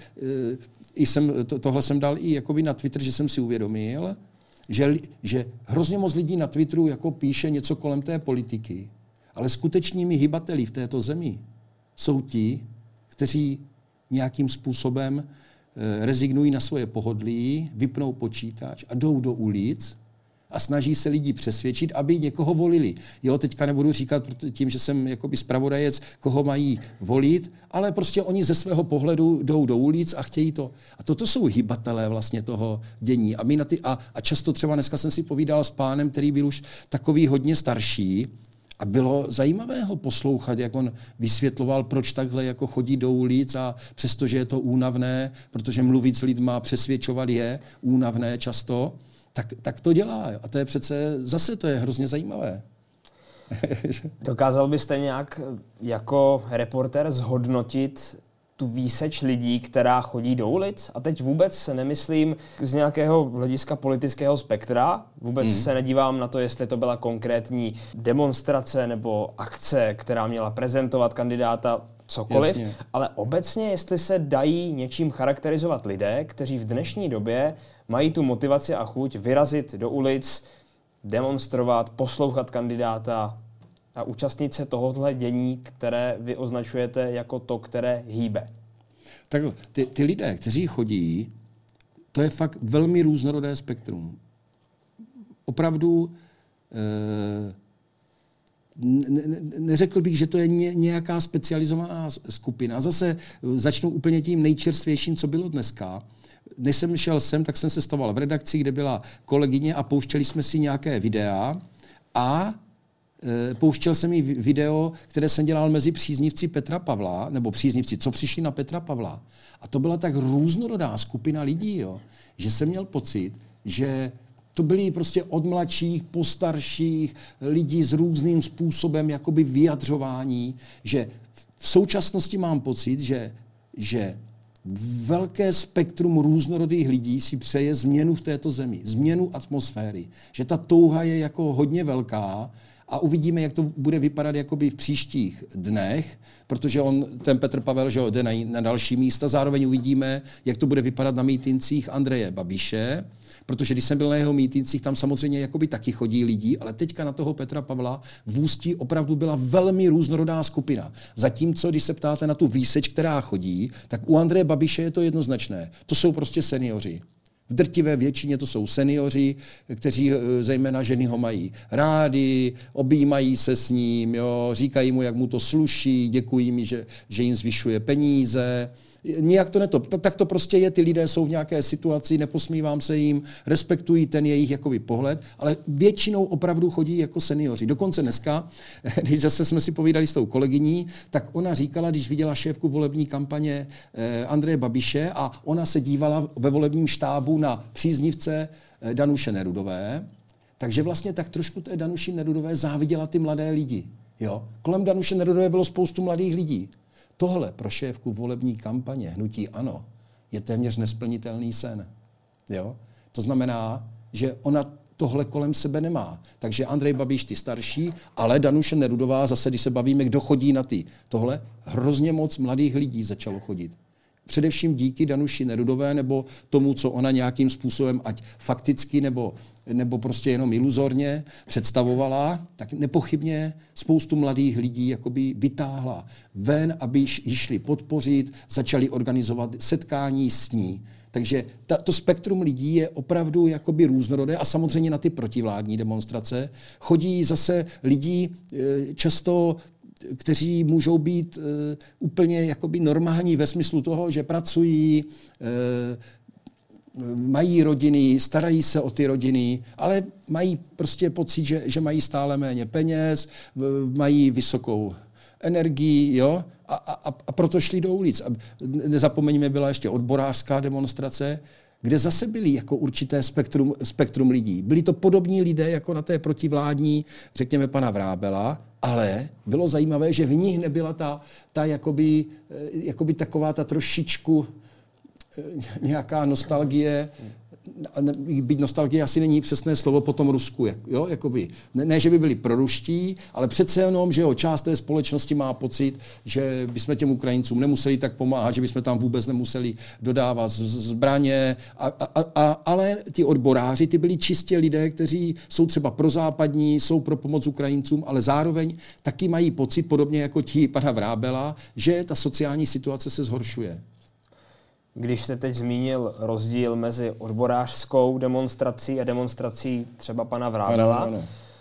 tohle jsem dal i jakoby na Twitter, že jsem si uvědomil, že hrozně moc lidí na Twitteru jako píše něco kolem té politiky, ale skutečnými hybateli v této zemi jsou ti, kteří nějakým způsobem rezignují na svoje pohodlí, vypnou počítač a jdou do ulic a snaží se lidi přesvědčit, aby někoho volili. Jo, teďka nebudu říkat tím, že jsem jakoby zpravodajec, koho mají volit, ale prostě oni ze svého pohledu jdou do ulic a chtějí to. A toto jsou hybatelé vlastně toho dění. A často třeba dneska jsem si povídal s pánem, který byl už takový hodně starší, a bylo zajímavé ho poslouchat, jak on vysvětloval, proč takhle jako chodí do ulic a přestože je to únavné, protože mluvit s lidma, přesvědčovat je únavné často, tak to dělá. A to je přece, zase to je hrozně zajímavé. Dokázal byste nějak jako reportér zhodnotit tu výseč lidí, která chodí do ulic? A teď vůbec se nemyslím z nějakého hlediska politického spektra. Vůbec se nedívám na to, jestli to byla konkrétní demonstrace nebo akce, která měla prezentovat kandidáta, cokoliv. Jasně. Ale obecně, jestli se dají něčím charakterizovat lidé, kteří v dnešní době mají tu motivaci a chuť vyrazit do ulic, demonstrovat, poslouchat kandidáta a účastnit se tohohle dění, které vy označujete jako to, které hýbe. Takhle, ty lidé, kteří chodí, to je fakt velmi různorodé spektrum. Opravdu neřekl bych, že to je nějaká specializovaná skupina. Zase začnu úplně tím nejčerstvějším, co bylo dneska. Než jsem šel sem, tak jsem se stavoval v redakci, kde byla kolegyně a pouštěli jsme si nějaké videa a pouštěl jsem jí video, které jsem dělal mezi příznivci Petra Pavla, nebo příznivci, co přišli na Petra Pavla. A to byla tak různorodá skupina lidí, jo, že jsem měl pocit, že to byli prostě od mladších po starších lidí s různým způsobem jakoby vyjadřování, že v současnosti mám pocit, že velké spektrum různorodých lidí si přeje změnu v této zemi, změnu atmosféry, že ta touha je jako hodně velká a uvidíme, jak to bude vypadat jakoby v příštích dnech, protože ten Petr Pavel, že jde na další místa, zároveň uvidíme, jak to bude vypadat na mítincích Andreje Babiše, protože když jsem byl na jeho mítincích, tam samozřejmě jakoby taky chodí lidi, ale teďka na toho Petra Pavla v Ústí opravdu byla velmi různorodá skupina. Zatímco, když se ptáte na tu výseč, která chodí, tak u Andreje Babiše je to jednoznačné. To jsou prostě seniori. V drtivé většině to jsou seniori, kteří zejména ženy ho mají rádi, objímají se s ním, jo, říkají mu, jak mu to sluší, děkují mi, že jim zvyšuje peníze. Nijak to tak to prostě je, ty lidé jsou v nějaké situaci, neposmívám se jim, respektují ten jejich jakoby pohled, ale většinou opravdu chodí jako seniori. Dokonce dneska, když zase jsme si povídali s tou kolegyní, tak ona říkala, když viděla šéfku volební kampaně Andreje Babiše a ona se dívala ve volebním štábu na příznivce Danuše Nerudové, takže vlastně tak trošku té Danuši Nerudové záviděla ty mladé lidi. Jo? Kolem Danuše Nerudové bylo spoustu mladých lidí. Tohle pro šéfku volební kampaně hnutí ANO je téměř nesplnitelný sen. Jo? To znamená, že ona tohle kolem sebe nemá. Takže Andrej Babiš ty starší, ale Danuše Nerudová, zase když se bavíme, kdo chodí na ty. Tohle hrozně moc mladých lidí začalo chodit. především díky Danuši Nerudové nebo tomu, co ona nějakým způsobem, ať fakticky nebo prostě jenom iluzorně představovala, tak nepochybně spoustu mladých lidí jakoby vytáhla ven, aby ji šli podpořit, začali organizovat setkání s ní. Takže to spektrum lidí je opravdu jakoby různorodé a samozřejmě na ty protivládní demonstrace chodí zase lidi často, kteří můžou být úplně jakoby normální ve smyslu toho, že pracují, mají rodiny, starají se o ty rodiny, ale mají prostě pocit, že mají stále méně peněz, mají vysokou energii, jo? A proto šli do ulic. A nezapomeňme, byla ještě odborářská demonstrace, kde zase byli jako určité spektrum lidí. Byli to podobní lidé jako na té protivládní, řekněme, pana Vrábela, ale bylo zajímavé, že v nich nebyla ta jakoby taková ta trošičku nějaká nostalgie, byť nostalgie asi není přesné slovo po tom Rusku, jo, jakoby. Ne, že by byli proruští, ale přece jenom, že část té společnosti má pocit, že bychom těm Ukrajincům nemuseli tak pomáhat, že bychom tam vůbec nemuseli dodávat zbraně, ale ty odboráři, ty byli čistě lidé, kteří jsou třeba prozápadní, jsou pro pomoc Ukrajincům, ale zároveň taky mají pocit, podobně jako ti pana Vrábela, že ta sociální situace se zhoršuje. Když jste teď zmínil rozdíl mezi odborářskou demonstrací a demonstrací třeba pana Vrábela, ano.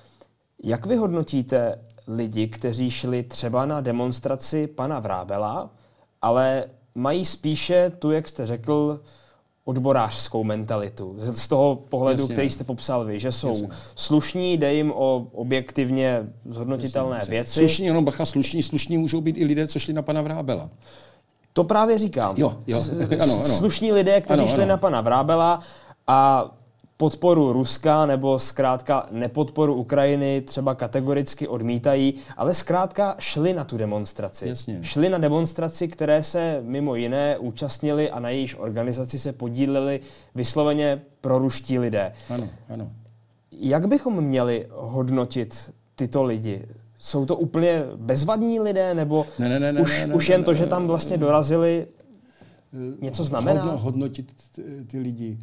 Jak vy hodnotíte lidi, kteří šli třeba na demonstraci pana Vrábela, ale mají spíše tu, jak jste řekl, odborářskou mentalitu. Z toho pohledu, jasně, který jste popsal vy, že jsou slušní, jde jim o objektivně zhodnotitelné věci. Slušní, jenom bacha, slušní můžou být i lidé, co šli na pana Vrábela. To právě říkám. Jo. Ano. Slušní lidé, kteří šli na pana Vrábela a podporu Ruska nebo zkrátka nepodporu Ukrajiny třeba kategoricky odmítají, ale zkrátka šli na tu demonstraci. Jasně. Šli na demonstraci, které se mimo jiné účastnili a na jejíž organizaci se podíleli vysloveně proruští lidé. Ano. Jak bychom měli hodnotit tyto lidi? Jsou to úplně bezvadní lidé, nebo už jen to, že tam vlastně dorazili, něco znamená? Hodnotit ty lidi.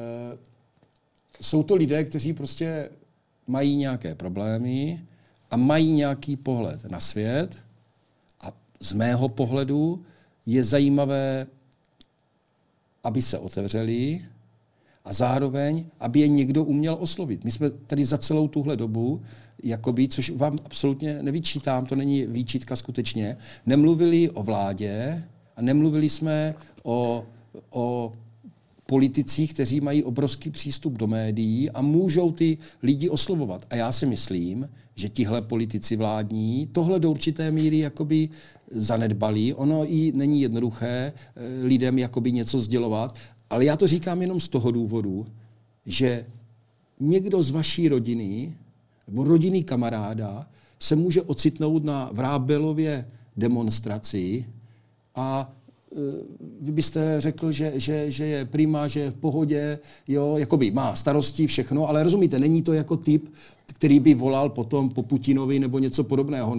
Jsou to lidé, kteří prostě mají nějaké problémy a mají nějaký pohled na svět. A z mého pohledu je zajímavé, aby se otevřeli a zároveň, aby je někdo uměl oslovit. My jsme tady za celou tuhle dobu, jakoby, což vám absolutně nevyčítám, to není výčitka skutečně, nemluvili o vládě a nemluvili jsme o politicích, kteří mají obrovský přístup do médií a můžou ty lidi oslovovat. A já si myslím, že tihle politici vládní tohle do určité míry jakoby zanedbali. Ono i není jednoduché lidem jakoby něco sdělovat, ale já to říkám jenom z toho důvodu, že někdo z vaší rodiny nebo rodinný kamaráda se může ocitnout na Vrábelově demonstraci a vy byste řekl, že je prima, že je v pohodě, jo, jakoby má starosti, všechno, ale rozumíte, není to jako typ, který by volal potom po Putinovi nebo něco podobného,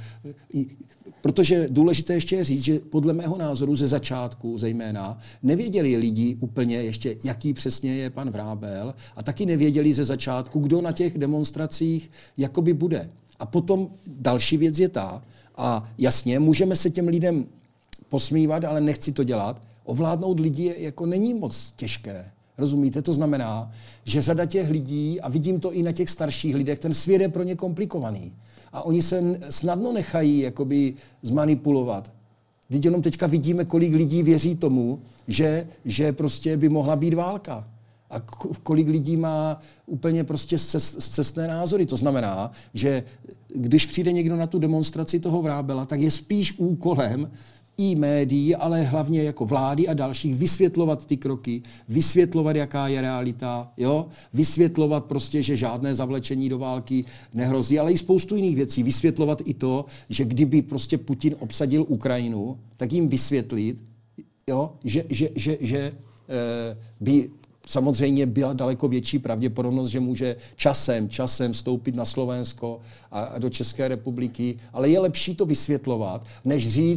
protože důležité ještě je říct, že podle mého názoru ze začátku zejména nevěděli lidi úplně ještě, jaký přesně je pan Vrábel a taky nevěděli ze začátku, kdo na těch demonstracích jakoby bude. A potom další věc je ta, a jasně, můžeme se těm lidem posmívat, ale nechci to dělat. Ovládnout lidi jako není moc těžké. Rozumíte? To znamená, že řada těch lidí, a vidím to i na těch starších lidech, ten svět je pro ně komplikovaný. A oni se snadno nechají jakoby zmanipulovat. Teď jenom teďka vidíme, kolik lidí věří tomu, že prostě by mohla být válka. A kolik lidí má úplně prostě scestné názory. To znamená, že když přijde někdo na tu demonstraci toho Vrábela, tak je spíš úkolem i médií, ale hlavně jako vlády a dalších vysvětlovat ty kroky, vysvětlovat, jaká je realita, jo? Vysvětlovat prostě, že žádné zavlečení do války nehrozí, ale i spoustu jiných věcí. Vysvětlovat i to, že kdyby prostě Putin obsadil Ukrajinu, tak jim vysvětlit, jo? Že by samozřejmě byla daleko větší pravděpodobnost, že může časem vstoupit na Slovensko a do České republiky, ale je lepší to vysvětlovat, než říct,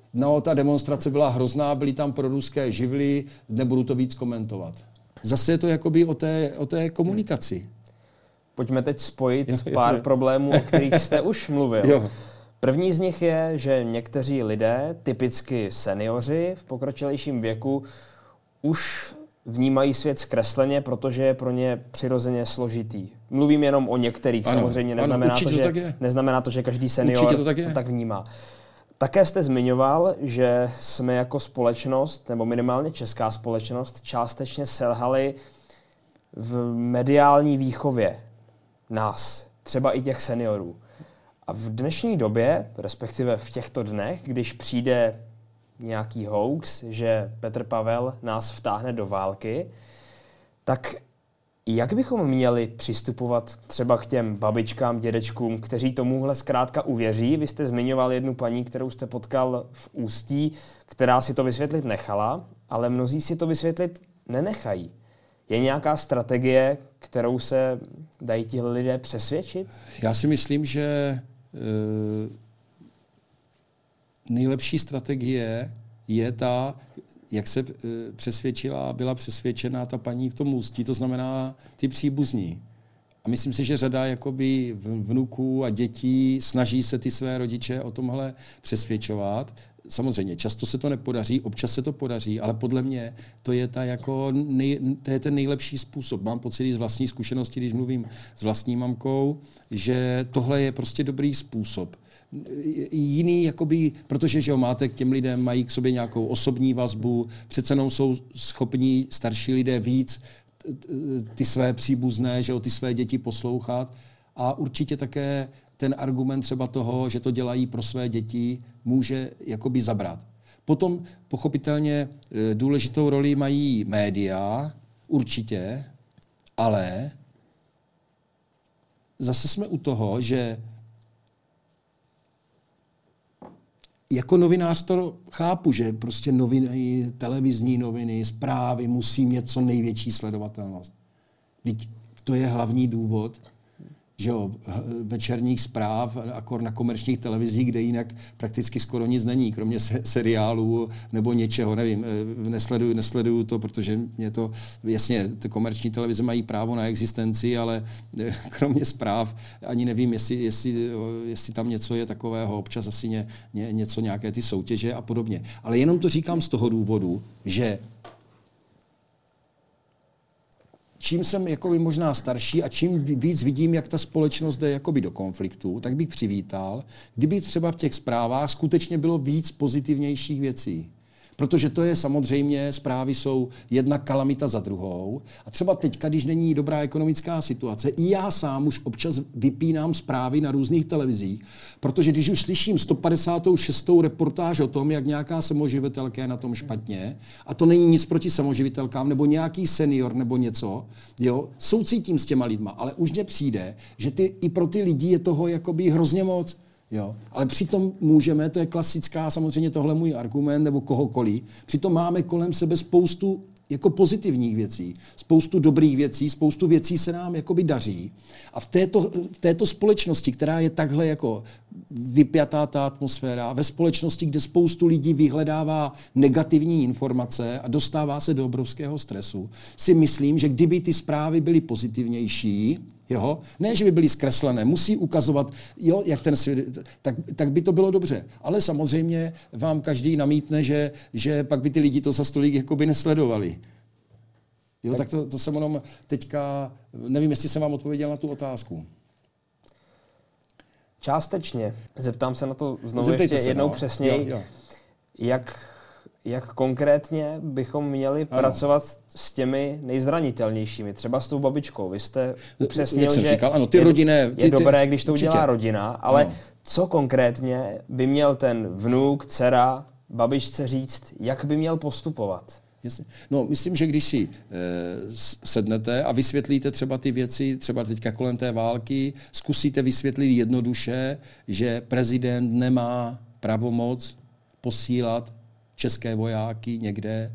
No, ta demonstrace byla hrozná, byly tam proruské živly, nebudu to víc komentovat. Zase je to jakoby o té komunikaci. Pojďme teď spojit pár problémů, o kterých jste už mluvil. Jo. První z nich je, že někteří lidé, typicky seniori v pokročilejším věku, už vnímají svět zkresleně, protože je pro ně přirozeně složitý. Mluvím jenom o některých, samozřejmě neznamená to, že každý senior to tak vnímá. Také jste zmiňoval, že jsme jako společnost, nebo minimálně česká společnost, částečně selhali v mediální výchově nás, třeba i těch seniorů. A v dnešní době, respektive v těchto dnech, když přijde nějaký hoax, že Petr Pavel nás vtáhne do války, tak jak bychom měli přistupovat třeba k těm babičkám, dědečkům, kteří tomuhle zkrátka uvěří? Vy jste zmiňoval jednu paní, kterou jste potkal v Ústí, která si to vysvětlit nechala, ale mnozí si to vysvětlit nenechají. Je nějaká strategie, kterou se dají ti lidé přesvědčit? Já si myslím, že nejlepší strategie je ta, jak se byla přesvědčená ta paní v tom Ústí, to znamená ty příbuzní. A myslím si, že řada jakoby vnuků a dětí snaží se ty své rodiče o tomhle přesvědčovat. Samozřejmě, často se to nepodaří, občas se to podaří, ale podle mě to je to je ten nejlepší způsob. Mám pocit z vlastní zkušenosti, když mluvím s vlastní mamkou, že tohle je prostě dobrý způsob. Jiný, jakoby, protože že máte k těm lidem, mají k sobě nějakou osobní vazbu, přece jenom jsou schopní starší lidé víc ty své příbuzné, že ty své děti poslouchat a určitě také ten argument třeba toho, že to dělají pro své děti, může jakoby zabrat. Potom pochopitelně důležitou roli mají média, určitě, ale zase jsme u toho, že jako novinář to chápu, že prostě noviny, televizní noviny, zprávy musí mít co největší sledovatelnost. Vždyť to je hlavní důvod, že jo, večerních zpráv akor na komerčních televizích, kde jinak prakticky skoro nic není, kromě seriálů nebo něčeho, nevím, nesleduju to, protože mě to, jasně, ty komerční televize mají právo na existenci, ale kromě zpráv ani nevím, jestli tam něco je takového, občas asi něco, nějaké ty soutěže a podobně. Ale jenom to říkám z toho důvodu, že čím jsem jakoby možná starší a čím víc vidím, jak ta společnost jde jakoby do konfliktu, tak bych přivítal, kdyby třeba v těch zprávách skutečně bylo víc pozitivnějších věcí. Protože to je samozřejmě, zprávy jsou jedna kalamita za druhou. A třeba teďka, když není dobrá ekonomická situace, i já sám už občas vypínám zprávy na různých televizích, protože když už slyším 156. reportáž o tom, jak nějaká samoživitelka je na tom špatně, a to není nic proti samoživitelkám, nebo nějaký senior, nebo něco, jo, soucítím s těma lidma, ale už mně přijde, že i pro ty lidi je toho jakoby hrozně moc. Jo, ale přitom můžeme, to je klasická, samozřejmě tohle můj argument, nebo kohokoliv, přitom máme kolem sebe spoustu jako pozitivních věcí, spoustu dobrých věcí, spoustu věcí se nám jakoby daří. A v této společnosti, která je takhle jako vypjatá ta atmosféra, ve společnosti, kde spoustu lidí vyhledává negativní informace a dostává se do obrovského stresu, si myslím, že kdyby ty zprávy byly pozitivnější, jo, ne, že by byly zkreslené, musí ukazovat, jo, jak ten svět, tak by to bylo dobře. Ale samozřejmě vám každý namítne, že pak by ty lidi to za stolik jakoby nesledovali. Jo, tak to jsem jenom teďka, nevím, jestli jsem vám odpověděl na tu otázku. Částečně. Zeptám se na to znovu ještě jednou přesněji. Jak konkrétně bychom měli pracovat s těmi nejzranitelnějšími, třeba s tou babičkou. Vy jste upřesnil, že říkal, ano, je dobré, když to udělá rodina, ale ano. Co konkrétně by měl ten vnuk, dcera, babičce říct, jak by měl postupovat? Jasně. No, myslím, že když si sednete a vysvětlíte třeba ty věci, třeba teďka kolem té války, zkusíte vysvětlit jednoduše, že prezident nemá pravomoc posílat české vojáky někde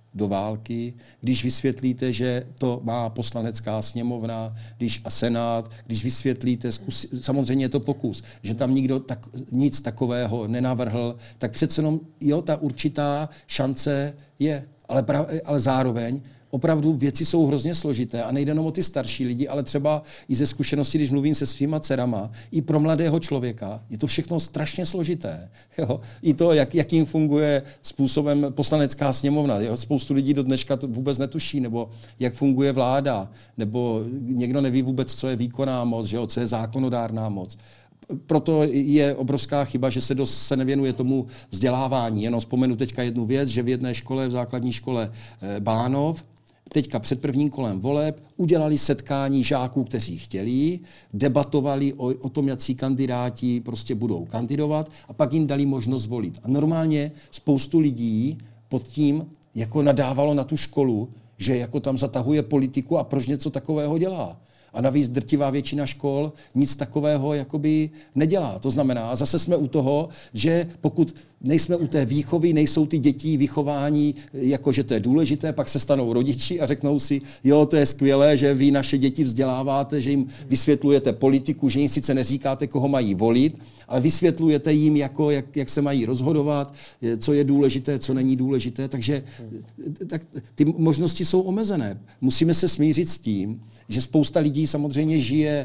do války, když vysvětlíte, že to má poslanecká sněmovna, a senát, když vysvětlíte, samozřejmě je to pokus, že tam nikdo nic takového nenavrhl, tak přece jenom ta určitá šance je, ale zároveň opravdu věci jsou hrozně složité a nejde jenom o ty starší lidi, ale třeba i ze zkušenosti, když mluvím se svýma dcerama, i pro mladého člověka je to všechno strašně složité. Jo? I to, jakým funguje způsobem poslanecká sněmovna. Jo? Spoustu lidí do dneška to vůbec netuší, nebo jak funguje vláda, nebo někdo neví vůbec, co je výkonná moc, že jo? Co je zákonodárná moc. Proto je obrovská chyba, že se nevěnuje tomu vzdělávání. Jenom vzpomenu teďka jednu věc, že v jedné škole, v základní škole Bánov, teďka před prvním kolem voleb udělali setkání žáků, kteří chtěli, debatovali o tom, jaký kandidáti prostě budou kandidovat a pak jim dali možnost volit. A normálně spoustu lidí pod tím jako nadávalo na tu školu, že jako tam zatahuje politiku a proč něco takového dělá. A navíc drtivá většina škol nic takového jakoby nedělá. To znamená, zase jsme u toho, že pokud nejsme u té výchovy, nejsou ty děti vychování, jakože to je důležité, pak se stanou rodiči a řeknou si, jo, to je skvělé, že vy naše děti vzděláváte, že jim vysvětlujete politiku, že jim sice neříkáte, koho mají volit, ale vysvětlujete jim, jak se mají rozhodovat, co je důležité, co není důležité. Takže tak, ty možnosti jsou omezené. Musíme se smířit s tím, že spousta lidí samozřejmě žije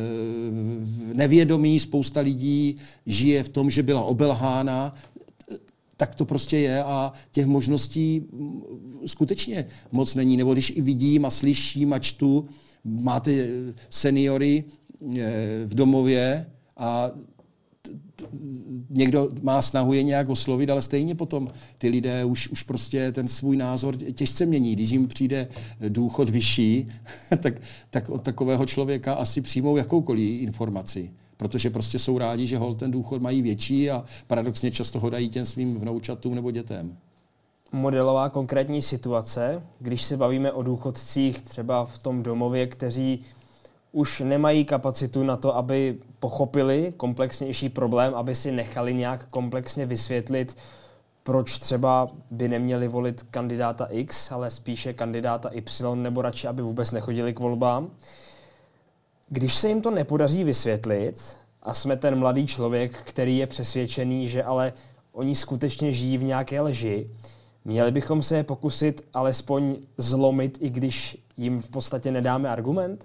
v nevědomí, spousta lidí žije v tom, že byla obelhána. Tak to prostě je a těch možností skutečně moc není. Nebo když i vidím a slyším a čtu, máte seniory v domově a někdo má snahu je nějak oslovit, ale stejně potom ty lidé už prostě ten svůj názor těžce mění. Když jim přijde důchod vyšší, tak od takového člověka asi přijmou jakoukoliv informaci. Protože prostě jsou rádi, že ten důchod mají větší a paradoxně často ho dají těm svým vnoučatům nebo dětem. Modelová konkrétní situace, když se bavíme o důchodcích třeba v tom domově, kteří už nemají kapacitu na to, aby pochopili komplexnější problém, aby si nechali nějak komplexně vysvětlit, proč třeba by neměli volit kandidáta X, ale spíše kandidáta Y, nebo radši, aby vůbec nechodili k volbám. Když se jim to nepodaří vysvětlit a jsme ten mladý člověk, který je přesvědčený, že ale oni skutečně žijí v nějaké lži, měli bychom se je pokusit alespoň zlomit, i když jim v podstatě nedáme argument?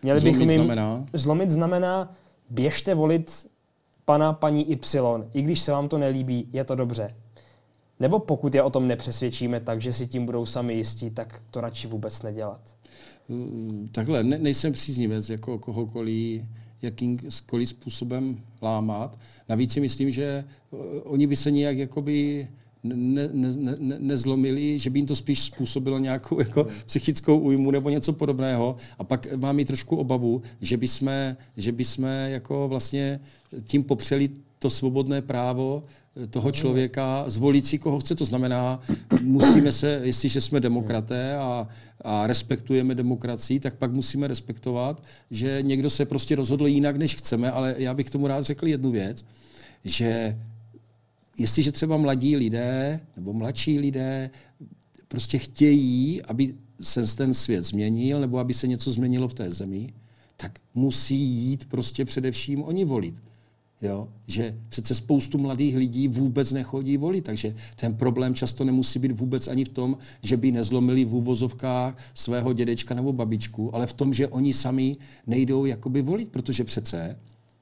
Zlomit znamená běžte volit paní Y, i když se vám to nelíbí, je to dobře. Nebo pokud je o tom nepřesvědčíme tak, že si tím budou sami jistí, tak to radši vůbec nedělat. Takhle, nejsem příznivec jako kohokoliv, jakýmkoliv způsobem lámat. Navíc si myslím, že oni by se nějak jakoby nezlomili, že by jim to spíš způsobilo nějakou jako psychickou újmu nebo něco podobného. A pak mám i trošku obavu, že bychom jako vlastně tím popřeli to svobodné právo toho člověka zvolit si, koho chce. To znamená, musíme se, jestliže jsme demokraté a respektujeme demokracii, tak pak musíme respektovat, že někdo se prostě rozhodl jinak, než chceme, ale já bych tomu rád řekl jednu věc, že jestliže třeba mladí lidé nebo mladší lidé prostě chtějí, aby se ten svět změnil nebo aby se něco změnilo v té zemi, tak musí jít prostě především oni volit. Jo? Že přece spoustu mladých lidí vůbec nechodí volit, takže ten problém často nemusí být vůbec ani v tom, že by nezlomili v úvozovkách svého dědečka nebo babičku, ale v tom, že oni sami nejdou jakoby volit, protože přece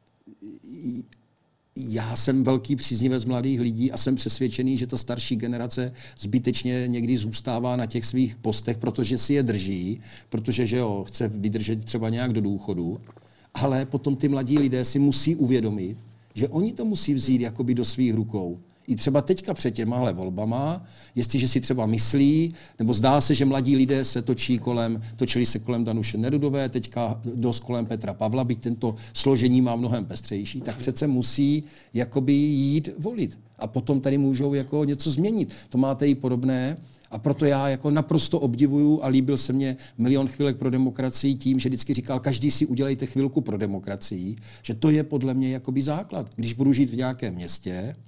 já jsem velký příznivec mladých lidí a jsem přesvědčený, že ta starší generace zbytečně někdy zůstává na těch svých postech, protože si je drží, protože že jo, chce vydržet třeba nějak do důchodu, ale potom ty mladí lidé si musí uvědomit, že oni to musí vzít jakoby do svých rukou. I třeba teďka před těmahle volbama, jestliže si třeba myslí, nebo zdá se, že mladí lidé se točili se kolem Danuše Nerudové, teďka dost kolem Petra Pavla, byť tento složení má mnohem pestřejší, tak přece musí jakoby jít volit. A potom tady můžou jako něco změnit. To máte i podobné. A proto já jako naprosto obdivuju a líbil se mně Milion chvilek pro demokracii tím, že vždycky říkal, každý si udělejte chvilku pro demokracii, že to je podle mě jakoby základ. Když budu žít v nějakém městě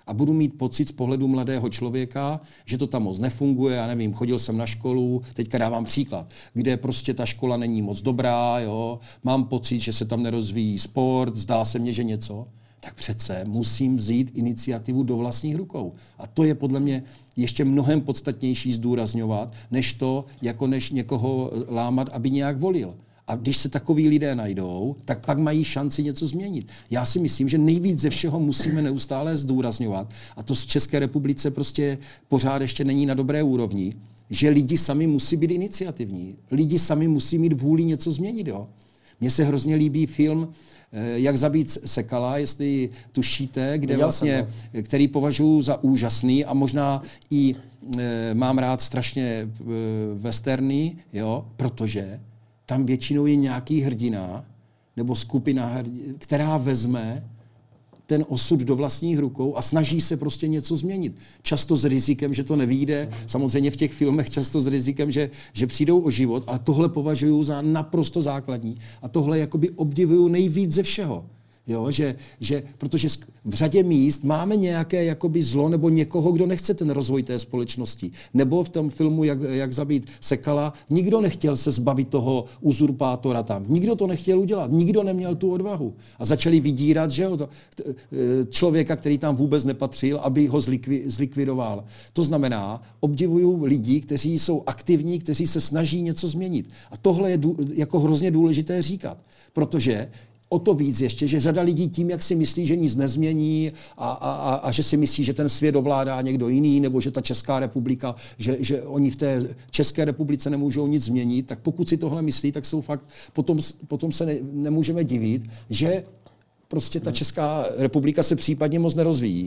A budu mít pocit z pohledu mladého člověka, že to tam moc nefunguje, já nevím, chodil jsem na školu, teďka dávám příklad, kde prostě ta škola není moc dobrá, jo, mám pocit, že se tam nerozvíjí sport, zdá se mně, že něco, tak přece musím vzít iniciativu do vlastních rukou. A to je podle mě ještě mnohem podstatnější zdůrazňovat, než někoho lámat, aby nějak volil. A když se takoví lidé najdou, tak pak mají šanci něco změnit. Já si myslím, že nejvíc ze všeho musíme neustále zdůrazňovat, a to z České republice prostě pořád ještě není na dobré úrovni, že lidi sami musí být iniciativní. Lidi sami musí mít vůli něco změnit. Jo? Mně se hrozně líbí film Jak zabít sekala, jestli tušíte, kde vlastně, který považuji za úžasný a možná i mám rád strašně westerny, jo? Protože tam většinou je nějaký hrdina nebo skupina, která vezme ten osud do vlastních rukou a snaží se prostě něco změnit. Často s rizikem, že to nevyjde, samozřejmě v těch filmech často s rizikem, že přijdou o život, ale tohle považuji za naprosto základní a tohle jakoby obdivuju nejvíc ze všeho. Jo, protože v řadě míst máme nějaké jakoby zlo nebo někoho, kdo nechce ten rozvoj té společnosti. Nebo v tom filmu Jak zabít sekala, nikdo nechtěl se zbavit toho uzurpátora tam. Nikdo to nechtěl udělat. Nikdo neměl tu odvahu. A začali vydírat, že jo, člověka, který tam vůbec nepatřil, aby ho zlikvidoval. To znamená, obdivuju lidi, kteří jsou aktivní, kteří se snaží něco změnit. A tohle je jako hrozně důležité říkat. Protože o to víc ještě, že řada lidí tím, jak si myslí, že nic nezmění a že si myslí, že ten svět ovládá někdo jiný, nebo že ta Česká republika, že oni v té České republice nemůžou nic změnit, tak pokud si tohle myslí, tak jsou fakt, potom se nemůžeme divit, že prostě ta Česká republika se případně moc nerozvíjí.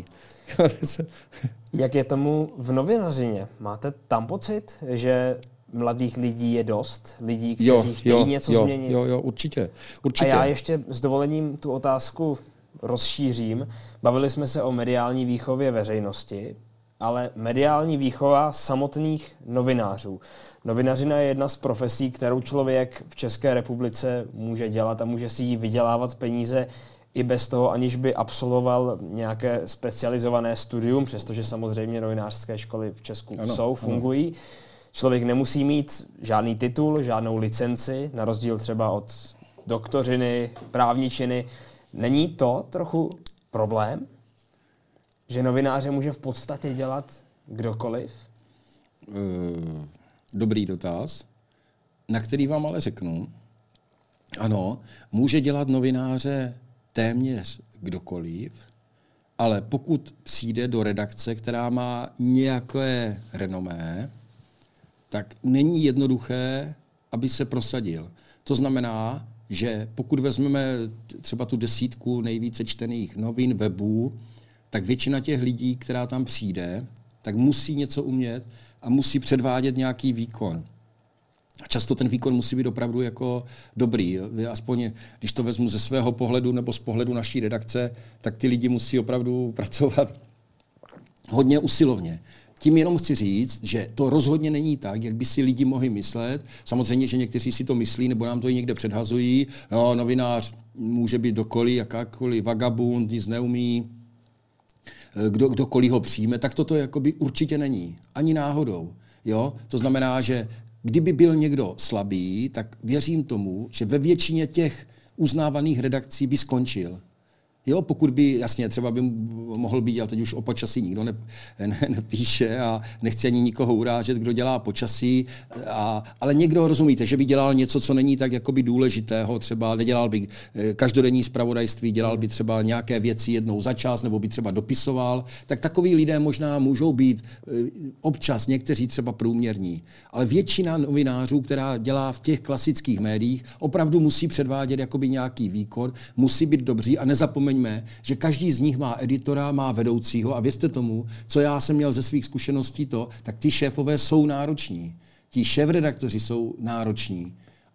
Jak je tomu v novinařině? Máte tam pocit, že mladých lidí je dost? Lidí, kteří chtějí něco změnit? Jo, určitě. A já ještě s dovolením tu otázku rozšířím. Bavili jsme se o mediální výchově veřejnosti, ale mediální výchova samotných novinářů. Novinařina je jedna z profesí, kterou člověk v České republice může dělat a může si jí vydělávat peníze i bez toho, aniž by absolvoval nějaké specializované studium, přestože samozřejmě novinářské školy v Česku fungují. Člověk nemusí mít žádný titul, žádnou licenci, na rozdíl třeba od doktoriny, právničiny. Není to trochu problém, že novináře může v podstatě dělat kdokoliv? Dobrý dotaz, na který vám ale řeknu. Ano, může dělat novináře téměř kdokoliv, ale pokud přijde do redakce, která má nějaké renomé, tak není jednoduché, aby se prosadil. To znamená, že pokud vezmeme třeba tu 10 nejvíce čtených novin, webů, tak většina těch lidí, která tam přijde, tak musí něco umět a musí předvádět nějaký výkon. A často ten výkon musí být opravdu jako dobrý. Aspoň, když to vezmu ze svého pohledu nebo z pohledu naší redakce, tak ty lidi musí opravdu pracovat hodně usilovně. Tím jenom chci říct, že to rozhodně není tak, jak by si lidi mohli myslet. Samozřejmě, že někteří si to myslí, nebo nám to i někde předhazují. No, novinář může být kdokoliv, jakákoliv vagabund, nic neumí, kdokoliv ho přijme, tak toto jakoby určitě není. Ani náhodou. Jo? To znamená, že kdyby byl někdo slabý, tak věřím tomu, že ve většině těch uznávaných redakcí by skončil. Jo, pokud by, jasně, třeba by mohl být, ale teď už o počasí nikdo nepíše a nechci ani nikoho urážet, kdo dělá počasí, ale někdo, rozumíte, že by dělal něco, co není tak jakoby důležitého, třeba nedělal by každodenní zpravodajství, dělal by třeba nějaké věci jednou za čas, nebo by třeba dopisoval, tak takoví lidé možná můžou být občas někteří třeba průměrní. Ale většina novinářů, která dělá v těch klasických médiích, opravdu musí předvádět jakoby nějaký výkon, musí být dobří a nezapomeňme, že každý z nich má editora, má vedoucího a věřte tomu, co já jsem měl ze svých zkušeností tak ty šéfové jsou nároční. Ti šéfredaktoři jsou nároční.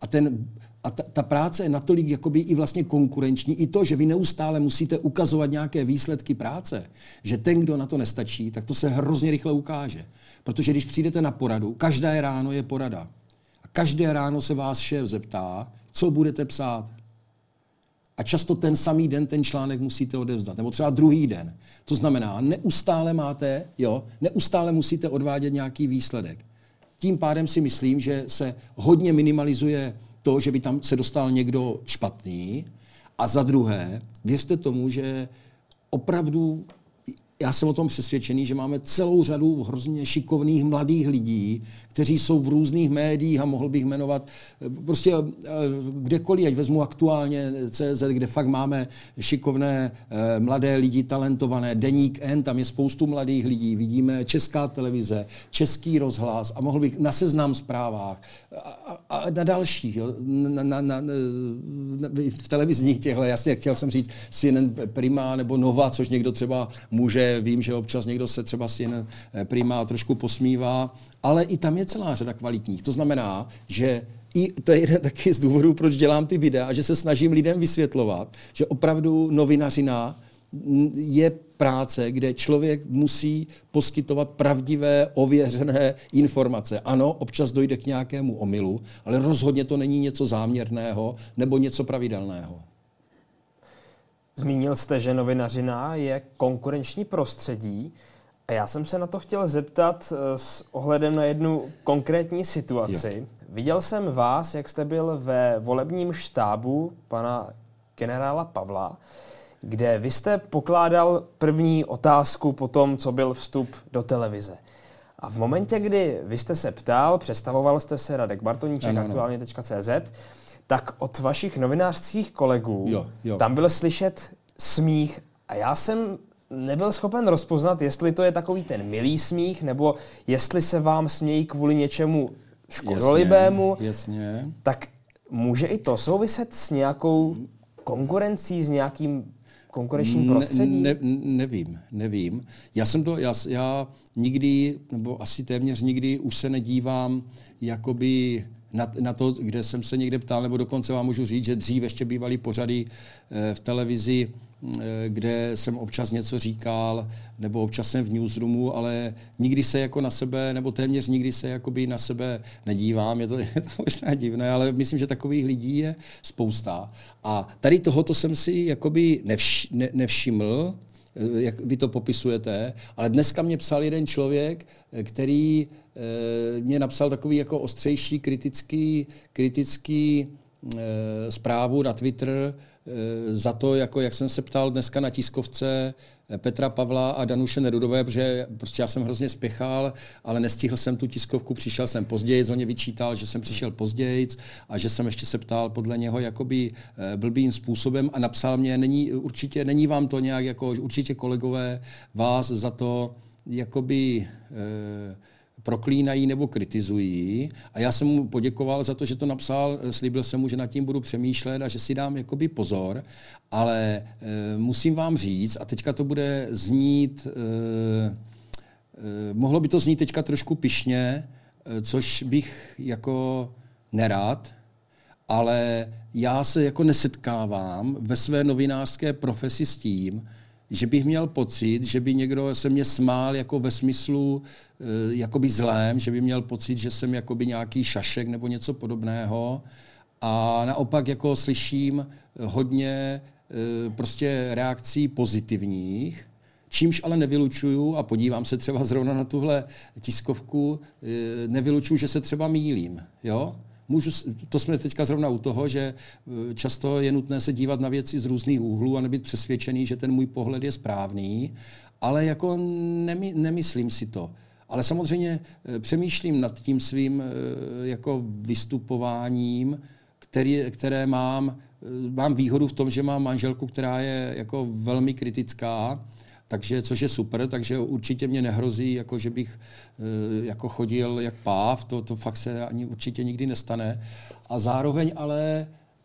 A ta práce je natolik jakoby i vlastně konkurenční. I to, že vy neustále musíte ukazovat nějaké výsledky práce, že ten, kdo na to nestačí, tak to se hrozně rychle ukáže. Protože když přijdete na poradu, každé ráno je porada. A každé ráno se vás šéf zeptá, co budete psát. A často ten samý den ten článek musíte odevzdat, nebo třeba druhý den. To znamená, neustále musíte odvádět nějaký výsledek. Tím pádem si myslím, že se hodně minimalizuje to, že by tam se dostal někdo špatný. A za druhé, věřte tomu, že opravdu já jsem o tom přesvědčený, že máme celou řadu hrozně šikovných mladých lidí, kteří jsou v různých médiích a mohl bych jmenovat prostě kdekoliv, ať vezmu aktuálně CZ, kde fakt máme šikovné mladé lidi, talentované, Deník N, tam je spoustu mladých lidí, vidíme Česká televize, Český rozhlas a mohl bych na Seznam Zprávách a na dalších, jo, v televizních těchto, jasně, chtěl jsem říct CNN Prima nebo Nova, což někdo třeba může. Vím, že občas někdo se třeba CNN Prima trošku posmívá, ale i tam je celá řada kvalitních. To znamená, že i to je jeden taky z důvodů, proč dělám ty videa, že se snažím lidem vysvětlovat, že opravdu novinařina je práce, kde člověk musí poskytovat pravdivé, ověřené informace. Ano, občas dojde k nějakému omylu, ale rozhodně to není něco záměrného nebo něco pravidelného. Zmínil jste, že novinařina je konkurenční prostředí a já jsem se na to chtěl zeptat s ohledem na jednu konkrétní situaci. Jo. Viděl jsem vás, jak jste byl ve volebním štábu pana generála Pavla, kde vy jste pokládal první otázku po tom, co byl vstup do televize. A v momentě, kdy vy jste se ptal, představoval jste se Radek Bartoníček, aktuálně.cz, tak od vašich novinářských kolegů tam byl slyšet smích a já jsem nebyl schopen rozpoznat, jestli to je takový ten milý smích, nebo jestli se vám smějí kvůli něčemu škodolibému. Jasně. Tak může i to souviset s nějakou konkurencí, s nějakým konkurenčním prostředím? Nevím. Já nikdy, nebo asi téměř nikdy už se nedívám jakoby na to, kde jsem se někde ptal, nebo dokonce vám můžu říct, že dřív ještě bývaly pořady v televizi, kde jsem občas něco říkal, nebo občas jsem v newsroomu, ale nikdy se jako na sebe, nebo téměř nikdy se jakoby na sebe nedívám. Je to možná divné, ale myslím, že takových lidí je spousta. A tady tohoto jsem si jakoby nevšiml, jak vy to popisujete, ale dneska mě psal jeden člověk, který mě napsal takový jako ostřejší kritický zprávu na Twitter za to, jako jak jsem se ptal dneska na tiskovce Petra Pavla a Danuše Nerudové, protože prostě já jsem hrozně spěchal, ale nestihl jsem tu tiskovku, přišel jsem později, on mě vyčítal, že jsem přišel později a že jsem ještě se ptal podle něho jakoby blbým způsobem a napsal mě, určitě není vám to nějak, jako určitě kolegové vás za to jakoby proklínají nebo kritizují. A já jsem mu poděkoval za to, že to napsal, slíbil jsem mu, že nad tím budu přemýšlet a že si dám jakoby pozor, ale musím vám říct, a teďka to bude znít, mohlo by to znít teďka trošku pyšně, což bych jako nerad, ale já se jako nesetkávám ve své novinářské profesi s tím, že bych měl pocit, že by někdo se mě smál jako ve smyslu jakoby zlém, že by měl pocit, že jsem jakoby nějaký šašek nebo něco podobného. A naopak jako slyším hodně prostě reakcí pozitivních, čímž ale nevylučuju, a podívám se třeba zrovna na tuhle tiskovku, nevylučuju, že se třeba mýlím. Jo? To jsme teďka zrovna u toho, že často je nutné se dívat na věci z různých úhlů a nebyt přesvědčený, že ten můj pohled je správný, ale jako nemyslím si to. Ale samozřejmě přemýšlím nad tím svým jako vystupováním, které mám výhodu v tom, že mám manželku, která je jako velmi kritická, takže, což je super, takže určitě mě nehrozí, jako, že bych jako chodil jak páv, to fakt se ani určitě nikdy nestane. A zároveň ale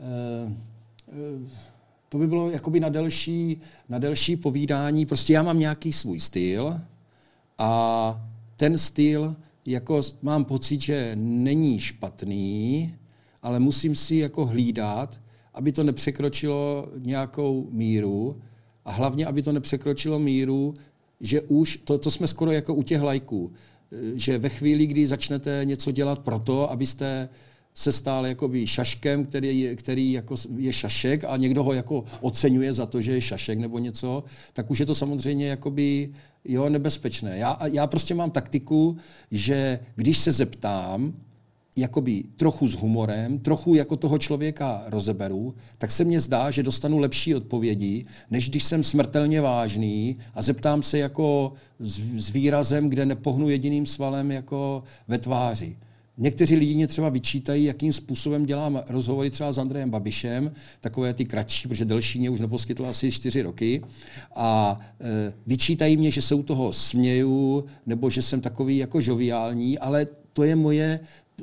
to by bylo jakoby na delší povídání. Prostě já mám nějaký svůj styl a ten styl, jako mám pocit, že není špatný, ale musím si jako hlídat, aby to nepřekročilo nějakou míru, a hlavně, aby to nepřekročilo míru, že už, to jsme skoro jako u těch lajků, že ve chvíli, kdy začnete něco dělat proto, abyste se stal jakoby šaškem, který jako je šašek a někdo ho jako oceňuje za to, že je šašek nebo něco, tak už je to samozřejmě jakoby, nebezpečné. Já prostě mám taktiku, že když se zeptám, jakoby trochu s humorem, trochu jako toho člověka rozeberu, tak se mně zdá, že dostanu lepší odpovědi, než když jsem smrtelně vážný a zeptám se jako s výrazem, kde nepohnu jediným svalem jako ve tváři. Někteří lidi mě třeba vyčítají, jakým způsobem dělám rozhovory třeba s Andrejem Babišem, takové ty kratší, protože delší mě už neposkytl asi 4 roky. A vyčítají mě, že se u toho směju, nebo že jsem takový jako žoviální, ale to je moje,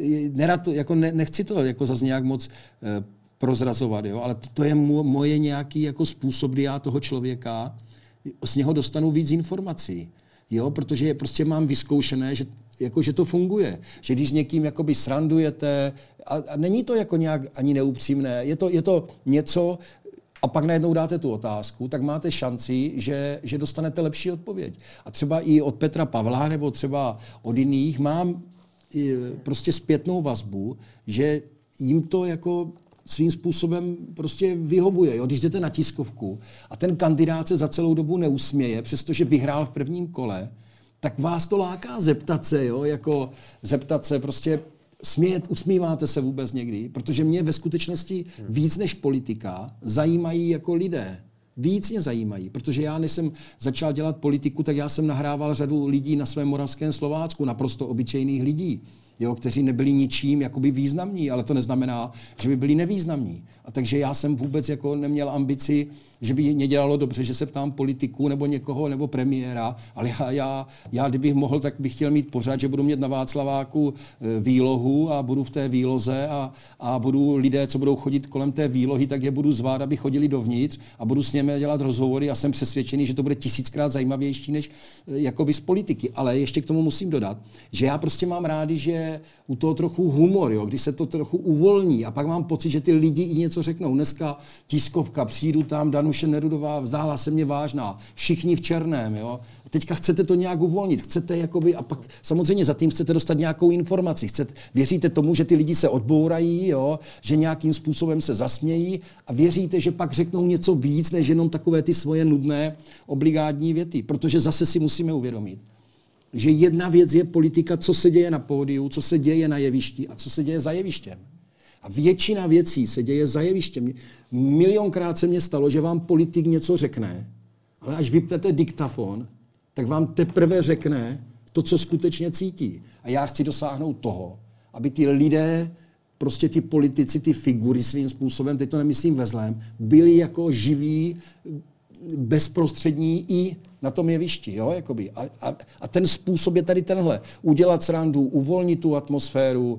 nechci to jako zase nějak moc prozrazovat, jo? Ale to je moje nějaký jako způsob, kdy já toho člověka, z něho dostanu víc informací. Jo, protože prostě mám vyzkoušené, že to funguje. Že když s někým jakoby srandujete, a není to jako nějak ani neupřímné, je to něco, a pak najednou dáte tu otázku, tak máte šanci, že dostanete lepší odpověď. A třeba i od Petra Pavla nebo třeba od jiných mám prostě zpětnou vazbu, že jim to jako svým způsobem prostě vyhovuje. Jo? Když jdete na tiskovku a ten kandidát se za celou dobu neusměje, přestože vyhrál v prvním kole, tak vás to láká zeptat se, prostě usmíváte se vůbec někdy, protože mě ve skutečnosti víc než politika zajímají jako lidé. Víc mě zajímají, protože já, než jsem začal dělat politiku, tak já jsem nahrával řadu lidí na svém moravském Slovácku, naprosto obyčejných lidí, kteří nebyli ničím jakoby významní, ale to neznamená, že by byli nevýznamní. A takže já jsem vůbec jako neměl ambici, že by mě dělalo dobře, že se ptám politiků nebo někoho, nebo premiéra, ale já kdybych mohl, tak bych chtěl mít pořád, že budu mít na Václaváku výlohu a budu v té výloze a budu lidé, co budou chodit kolem té výlohy, tak je budu zvát, aby chodili dovnitř a budu s nimi dělat rozhovory a jsem přesvědčený, že to bude 1000krát zajímavější než jakoby z politiky. Ale ještě k tomu musím dodat, že já prostě mám rádi, že u toho trochu humor, když se to trochu uvolní a pak mám pocit, že ty lidi i něco řeknou. Dneska tiskovka, přijdu tam, Danuše Nerudová, vzdála se mě vážná, všichni v černém. Jo? A teďka chcete to nějak uvolnit, chcete jakoby, a pak samozřejmě za tím chcete dostat nějakou informaci. Věříte tomu, že ty lidi se odbourají, že nějakým způsobem se zasmějí a věříte, že pak řeknou něco víc, než jenom takové ty svoje nudné obligátní věty. Protože zase si musíme uvědomit, že jedna věc je politika, co se děje na pódiu, co se děje na jevišti a co se děje za jevištěm. A většina věcí se děje za jevištěm. Milionkrát se mně stalo, že vám politik něco řekne, ale až vypnete diktafon, tak vám teprve řekne to, co skutečně cítí. A já chci dosáhnout toho, aby ty lidé, prostě ty politici, ty figury svým způsobem, teď to nemyslím ve zlém, byli jako živí, bezprostřední i na tom jevišti. Jakoby. A ten způsob je tady tenhle. Udělat srandu, uvolnit tu atmosféru.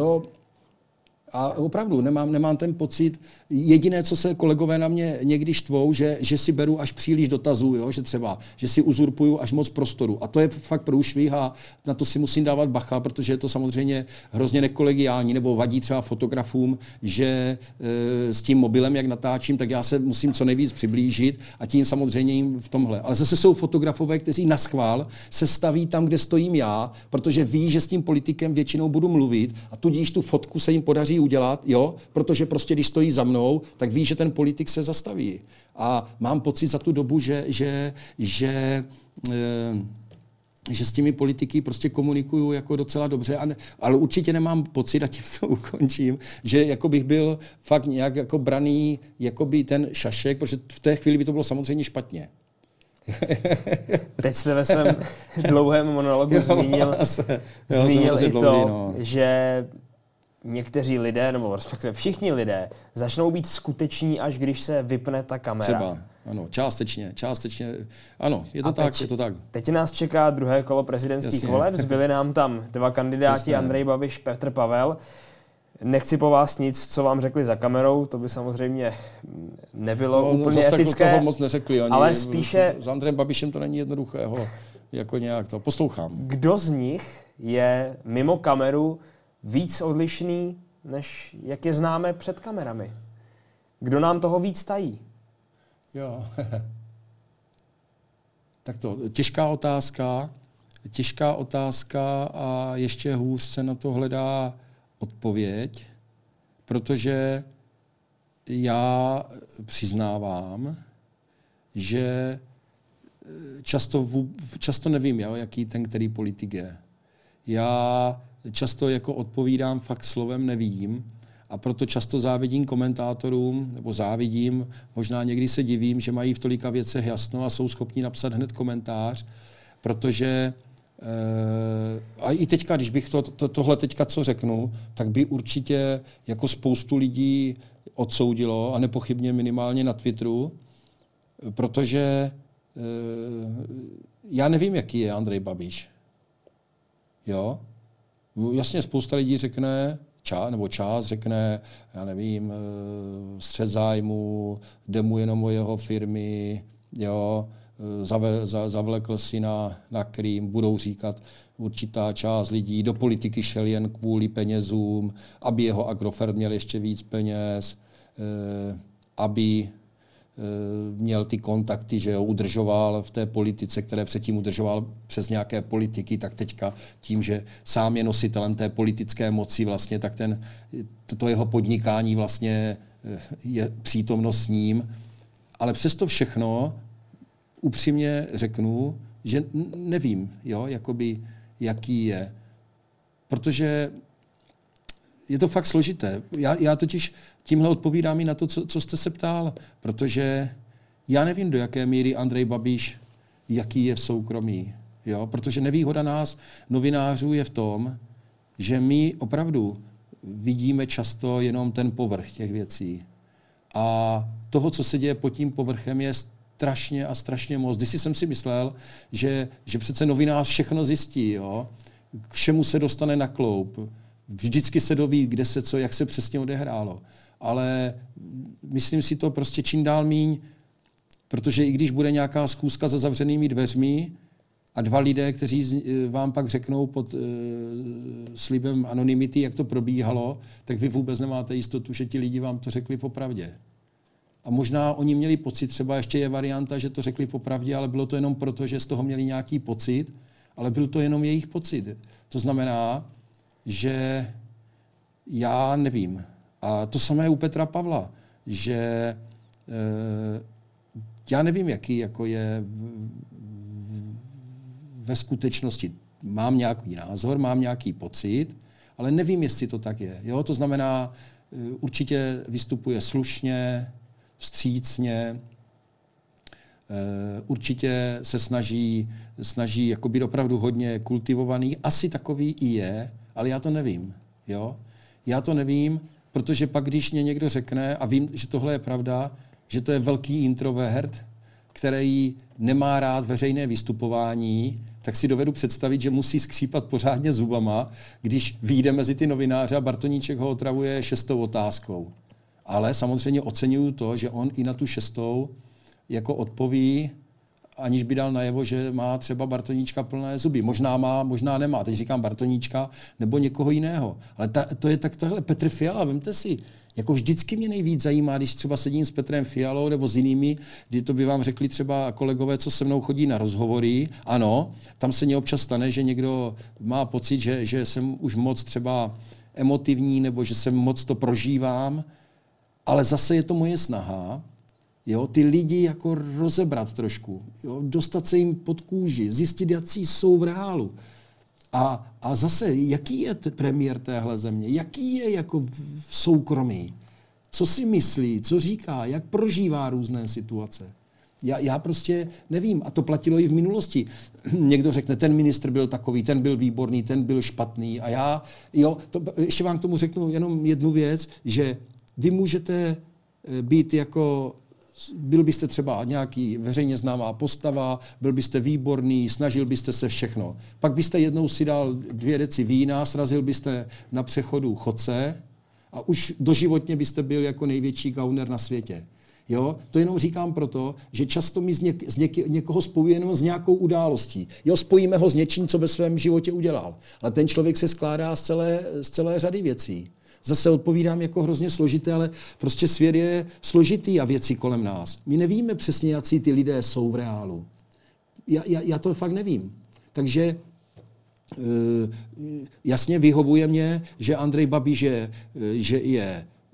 A opravdu nemám ten pocit. Jediné, co se kolegové na mě někdy štvou, že si beru až příliš dotazů, že si uzurpuju až moc prostoru. A to je fakt průšvih a na to si musím dávat bacha, protože je to samozřejmě hrozně nekolegiální, nebo vadí třeba fotografům, že s tím mobilem, jak natáčím, tak já se musím co nejvíc přiblížit a tím samozřejmě jim v tomhle. Ale zase jsou fotografové, kteří naschvál se staví tam, kde stojím já, protože ví, že s tím politikem většinou budu mluvit a tudíž tu fotku se jim podaří udělat, protože prostě když stojí za mnou, tak ví, že ten politik se zastaví. A mám pocit za tu dobu, že s těmi politiky prostě komunikuju jako docela dobře, ale určitě nemám pocit, a tím to ukončím, že jako bych byl fakt nějak jako braný jakoby ten šašek, protože v té chvíli by to bylo samozřejmě špatně. Teď jste ve svém dlouhém monologu zmínil i to, že někteří lidé, nebo respektive všichni lidé, začnou být skuteční, až když se vypne ta kamera. Třeba, ano, částečně, ano, je to tak. Teď nás čeká druhé kolo prezidentských voleb, zbyli nám tam 2 kandidáti, Andrej Babiš, Petr Pavel. Nechci po vás nic, co vám řekli za kamerou, to by samozřejmě nebylo úplně etické. Toho moc neřekli, ale spíše... S Andrejem Babišem to není jednoduchého, jako nějak to poslouchám. Kdo z nich je mimo kameru víc odlišný, než jak je známe před kamerami? Kdo nám toho víc tají? Jo. Tak to, těžká otázka a ještě hůř se na to hledá odpověď. protože já přiznávám, že často nevím, jaký ten který politik je. Já často jako odpovídám fakt slovem nevím a proto často závidím komentátorům, nebo možná někdy se divím, že mají v tolika věcech jasno a jsou schopni napsat hned komentář, protože a i teďka, když bych tohle teďka co řeknu, tak by určitě jako spoustu lidí odsoudilo a nepochybně minimálně na Twitteru, protože já nevím, jaký je Andrej Babiš. Jo? Jasně, spousta lidí řekne, část řekne, já nevím, střet zájmu, jde mu jenom o jeho firmy, jo, zavlekl si na Krym, budou říkat určitá část lidí, do politiky šel jen kvůli penězům, aby jeho Agrofert měl ještě víc peněz, aby měl ty kontakty, že ho udržoval v té politice, které předtím udržoval přes nějaké politiky, tak teďka tím, že sám je nositelem té politické moci vlastně, tak to jeho podnikání vlastně je přítomnost s ním. Ale přesto všechno upřímně řeknu, že nevím, jaký je. Protože je to fakt složité. Já totiž tímhle odpovídám i na to, co jste se ptal, protože já nevím, do jaké míry Andrej Babiš, jaký je v soukromí. Jo? Protože nevýhoda nás, novinářů, je v tom, že my opravdu vidíme často jenom ten povrch těch věcí. A toho, co se děje pod tím povrchem, je strašně a strašně moc. Když jsem si myslel, že přece novinář všechno zjistí, jo? K všemu se dostane na kloup. Vždycky se doví, kde se co, jak se přesně odehrálo. Ale myslím si to prostě čím dál míň, protože i když bude nějaká schůzka za zavřenými dveřmi a dva lidé, kteří vám pak řeknou pod slibem anonymity, jak to probíhalo, tak vy vůbec nemáte jistotu, že ti lidi vám to řekli popravdě. A možná oni měli pocit, třeba ještě je varianta, že to řekli popravdě, ale bylo to jenom proto, že z toho měli nějaký pocit, ale byl to jenom jejich pocit. To znamená, že já nevím. A to samé je u Petra Pavla, že já nevím, jaký jako je ve skutečnosti. Mám nějaký názor, mám nějaký pocit, ale nevím, jestli to tak je. Jo? To znamená, určitě vystupuje slušně, vstřícně, určitě se snaží jako být opravdu hodně kultivovaný. Asi takový i je, ale já to nevím. Jo? Já to nevím, protože pak, když mě někdo řekne, a vím, že tohle je pravda, že to je velký introvert, který nemá rád veřejné vystupování, tak si dovedu představit, že musí skřípat pořádně zubama, když vyjde mezi ty novináře a Bartoníček ho otravuje 6. otázkou. Ale samozřejmě oceňuju to, že on i na tu 6. jako odpoví, aniž by dal najevo, že má třeba Bartoníčka plné zuby. Možná má, možná nemá. Teď říkám Bartoníčka nebo někoho jiného. Ale to je takhle Petr Fiala, vemte si. Jako vždycky mě nejvíc zajímá, když třeba sedím s Petrem Fialou nebo s jinými, kdy to by vám řekli třeba kolegové, co se mnou chodí na rozhovory. Ano, tam se mně občas stane, že někdo má pocit, že jsem už moc třeba emotivní nebo že jsem moc to prožívám, ale zase je to moje snaha, jo, ty lidi jako rozebrat trošku, jo, dostat se jim pod kůži, zjistit, jaký jsou v reálu. A zase, jaký je premiér téhle země, jaký je jako v soukromí, co si myslí, co říká, jak prožívá různé situace. Já prostě nevím, a to platilo i v minulosti. Někdo řekne, ten ministr byl takový, ten byl výborný, ten byl špatný. A ještě vám k tomu řeknu jenom jednu věc, že vy můžete být jako, byl byste třeba nějaký veřejně známá postava, byl byste výborný, snažil byste se všechno. Pak byste jednou si dal 2 deci vína, srazil byste na přechodu chodce a už doživotně byste byl jako největší gauner na světě. Jo? To jenom říkám proto, že často my někoho spojujeme s nějakou událostí. Jo, spojíme ho s něčím, co ve svém životě udělal. Ale ten člověk se skládá z celé řady věcí. Zase odpovídám jako hrozně složité, ale prostě svět je složitý a věci kolem nás. My nevíme přesně, jaký ty lidé jsou v reálu. Já to fakt nevím. Takže jasně vyhovuje mě, že Andrej Babiš je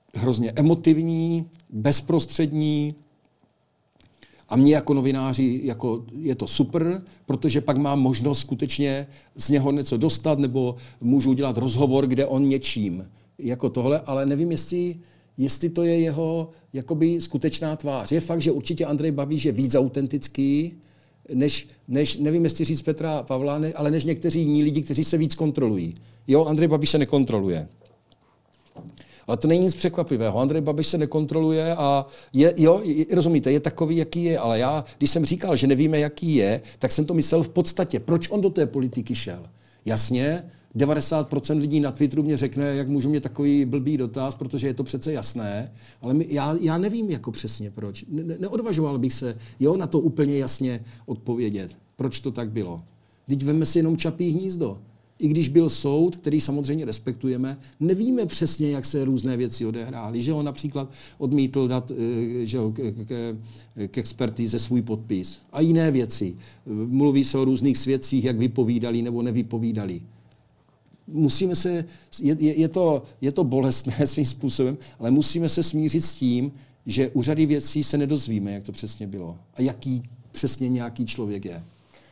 hrozně emotivní, bezprostřední. A mně jako novináři jako je to super, protože pak mám možnost skutečně z něho něco dostat, nebo můžu dělat rozhovor, kde on něčím jako tohle, ale nevím, jestli to je jeho jakoby skutečná tvář. Je fakt, že určitě Andrej Babiš je víc autentický, než nevím, jestli říct Petra Pavla, ale než někteří jiní lidi, kteří se víc kontrolují. Jo, Andrej Babiš se nekontroluje. Ale to není nic překvapivého. Andrej Babiš se nekontroluje a rozumíte, je takový, jaký je. Ale já, když jsem říkal, že nevíme, jaký je, tak jsem to myslel v podstatě. Proč on do té politiky šel? Jasně, 90% lidí na Twitteru mě řekne, jak můžu mě takový blbý dotaz, protože je to přece jasné. Ale já nevím jako přesně proč. Neodvažoval bych se na to úplně jasně odpovědět. Proč to tak bylo? Vždyť veme si jenom Čapí hnízdo. I když byl soud, který samozřejmě respektujeme, nevíme přesně, jak se různé věci odehrály. Že on například odmítl dát k expertize svůj podpis. A jiné věci. Mluví se o různých svědcích, jak vypovídali nebo nevypovídali. Musíme se, je to bolestné svým způsobem, ale musíme se smířit s tím, že u řady věcí se nedozvíme, jak to přesně bylo. A jaký přesně nějaký člověk je.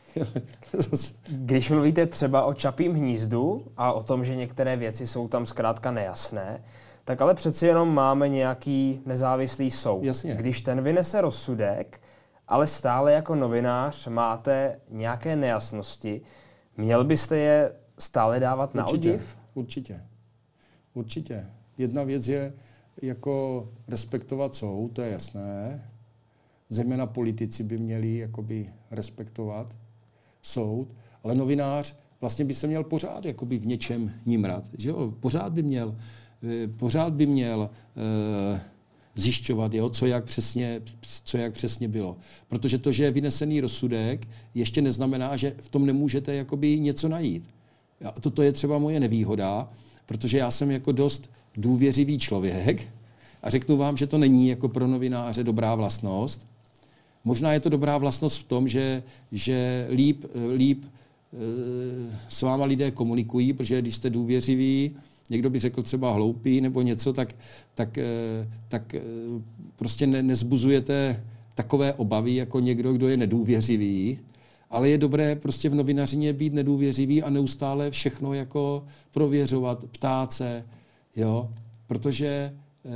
Když mluvíte třeba o Čapím hnízdu a o tom, že některé věci jsou tam zkrátka nejasné, tak ale přeci jenom máme nějaký nezávislý soud. Jasně. Když ten vynese rozsudek, ale stále jako novinář máte nějaké nejasnosti, měl byste je stále dávat na odiv? Určitě. Jedna věc je jako respektovat soud, to je jasné. Zejména politici by měli jakoby respektovat soud, ale novinář vlastně by se měl pořád jakoby v něčem nímrat. Že jo? Pořád by měl zjišťovat, co jak přesně bylo. Protože to, že je vynesený rozsudek, ještě neznamená, že v tom nemůžete jakoby něco najít. Toto je třeba moje nevýhoda, protože já jsem jako dost důvěřivý člověk a řeknu vám, že to není jako pro novináře dobrá vlastnost. Možná je to dobrá vlastnost v tom, že líp s váma lidé komunikují, protože když jste důvěřiví, někdo by řekl třeba hloupý nebo něco, tak prostě nezbuzujete takové obavy jako někdo, kdo je nedůvěřivý, ale je dobré prostě v novinařině být nedůvěřivý a neustále všechno jako prověřovat, ptát se, jo, protože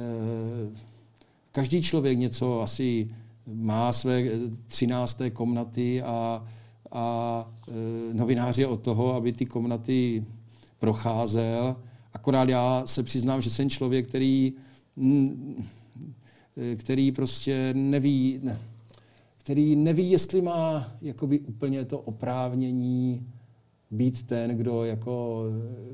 každý člověk něco asi má své 13. komnaty a novinář je od toho, aby ty komnaty procházel. Akorát já se přiznám, že jsem člověk, který prostě neví, jestli má jakoby úplně to oprávnění být ten, kdo jako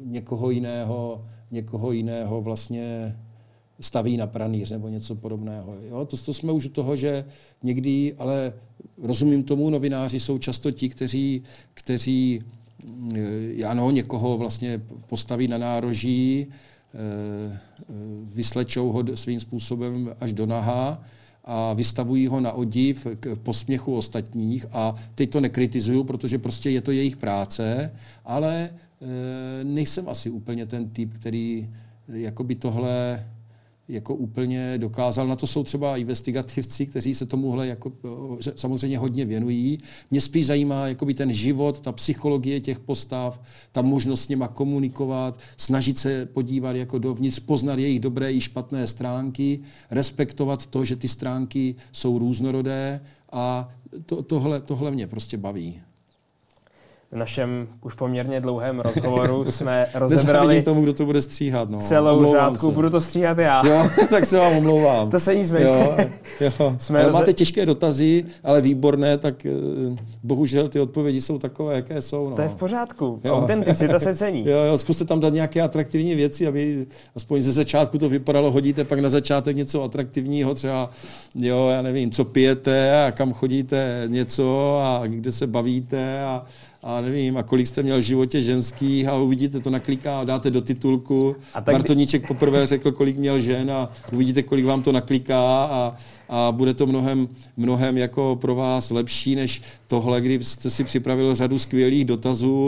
někoho jiného vlastně staví na pranýř nebo něco podobného. Jo? To jsme už u toho, že někdy, ale rozumím tomu, novináři jsou často ti, kteří někoho vlastně postaví na nároží, vyslečou ho svým způsobem až do naha a vystavují ho na odiv k posměchu ostatních a teď to nekritizuju, protože prostě je to jejich práce, ale nejsem asi úplně ten typ, který jakoby tohle jako úplně dokázal. Na to jsou třeba investigativci, kteří se tomuhle jako, samozřejmě hodně věnují. Mě spíš zajímá jakoby ten život, ta psychologie těch postav, ta možnost s nima komunikovat, snažit se podívat jako dovnitř, poznat jejich dobré i špatné stránky, respektovat to, že ty stránky jsou různorodé a tohle mě prostě baví. V našem už poměrně dlouhém rozhovoru jsme rozebrali tomu, kdo to bude stříhat. No. Celou řádku, budu to stříhat já. Jo, tak se vám omlouvám. To se nic neděje. Máte těžké dotazy, ale výborné, tak bohužel ty odpovědi jsou takové, jaké jsou. No. To je v pořádku. Autenticita se cení. Jo, zkuste tam dát nějaké atraktivní věci, aby aspoň ze začátku to vypadalo, hodíte pak na začátek něco atraktivního, třeba, já nevím, co pijete a kam chodíte něco a kde se bavíte a nevím, a kolik jste měl v životě ženských a uvidíte, to nakliká a dáte do titulku. Bartoníček poprvé řekl, kolik měl žen a uvidíte, kolik vám to nakliká a bude to mnohem jako pro vás lepší, než tohle, kdy jste si připravil řadu skvělých dotazů,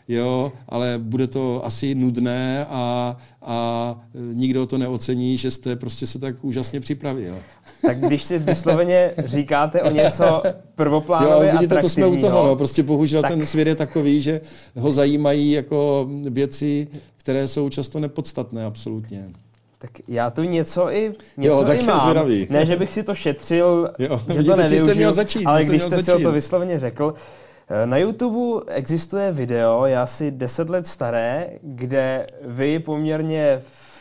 jo, ale bude to asi nudné a nikdo to neocení, že jste prostě se tak úžasně připravil. Tak když si vysloveně říkáte o něco prvoplánově atraktivního... To jsme u toho, no. Prostě bohužel ten svět je takový, že ho zajímají jako věci, které jsou často nepodstatné absolutně. Tak já tu něco i mám. Zvědavý. Ne, že bych si to šetřil, že vidíte, to nevyužil, ale když jste si o to vysloveně řekl. Na YouTube existuje video, je asi 10 let staré, kde vy poměrně,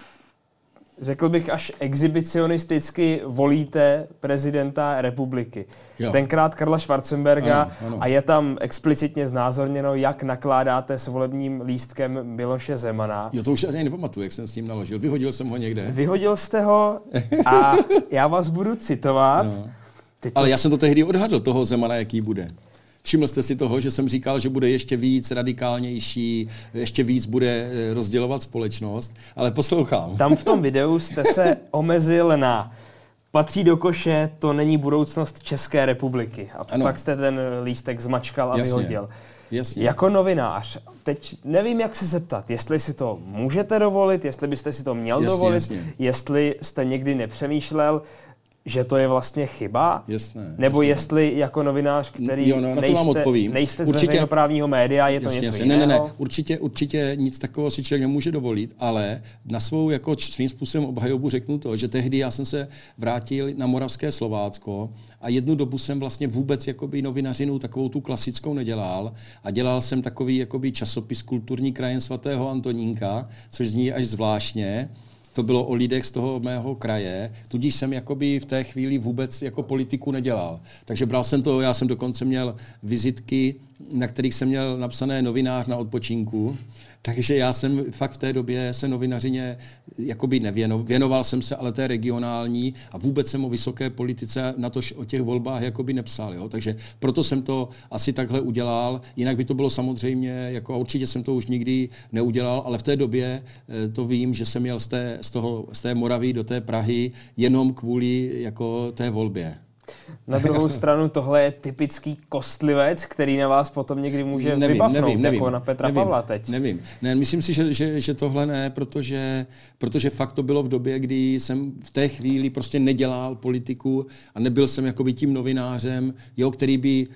řekl bych, až exhibicionisticky volíte prezidenta republiky. Jo. Tenkrát Karla Schwarzenberga ano. A je tam explicitně znázorněno, jak nakládáte s volebním lístkem Miloše Zemana. Jo, to už ani nepamatuju, jak jsem s tím naložil. Vyhodil jsem ho někde. Vyhodil jste ho a já vás budu citovat. No. Ale já jsem to tehdy odhadl, toho Zemana, jaký bude. Všiml jste si toho, že jsem říkal, že bude ještě víc radikálnější, ještě víc bude rozdělovat společnost, ale poslouchám. Tam v tom videu jste se omezil na patří do koše, to není budoucnost České republiky. A pak jste ten lístek zmačkal a vyhodil. Jasně. Jako novinář, teď nevím, jak se zeptat, jestli si to můžete dovolit, jestli byste si to měl dovolit, jestli jste někdy nepřemýšlel, že to je vlastně chyba? Nebo jestli jako novinář, který nejste z veřejnoprávního média, je to něco jiného? Ne. Určitě nic takového si člověk nemůže dovolit, ale na svou jako svým způsobem obhajobu řeknu to, že tehdy já jsem se vrátil na Moravské Slovácko a jednu dobu jsem vlastně vůbec jakoby novinařinu takovou tu klasickou nedělal a dělal jsem takový jakoby časopis Kulturní krajen svatého Antonínka, což zní až zvláštně. To bylo o lidech z toho mého kraje, tudíž jsem jakoby v té chvíli vůbec jako politiku nedělal. Takže bral jsem to, já jsem dokonce měl vizitky, na kterých jsem měl napsané novinář na odpočinku, takže já jsem fakt v té době se novinařině jakoby věnoval jsem se ale té regionální a vůbec jsem o vysoké politice, natož o těch volbách jakoby nepsal. Jo? Takže proto jsem to asi takhle udělal, jinak by to bylo samozřejmě, jako určitě jsem to už nikdy neudělal, ale v té době to vím, že jsem jel z té Moravy do té Prahy jenom kvůli jako té volbě. Na druhou stranu tohle je typický kostlivec, který na vás potom někdy může vybafnout, jako na Petra Pavla teď. Nevím. Ne, myslím si, že tohle ne, protože fakt to bylo v době, kdy jsem v té chvíli prostě nedělal politiku a nebyl jsem jakoby tím novinářem, který by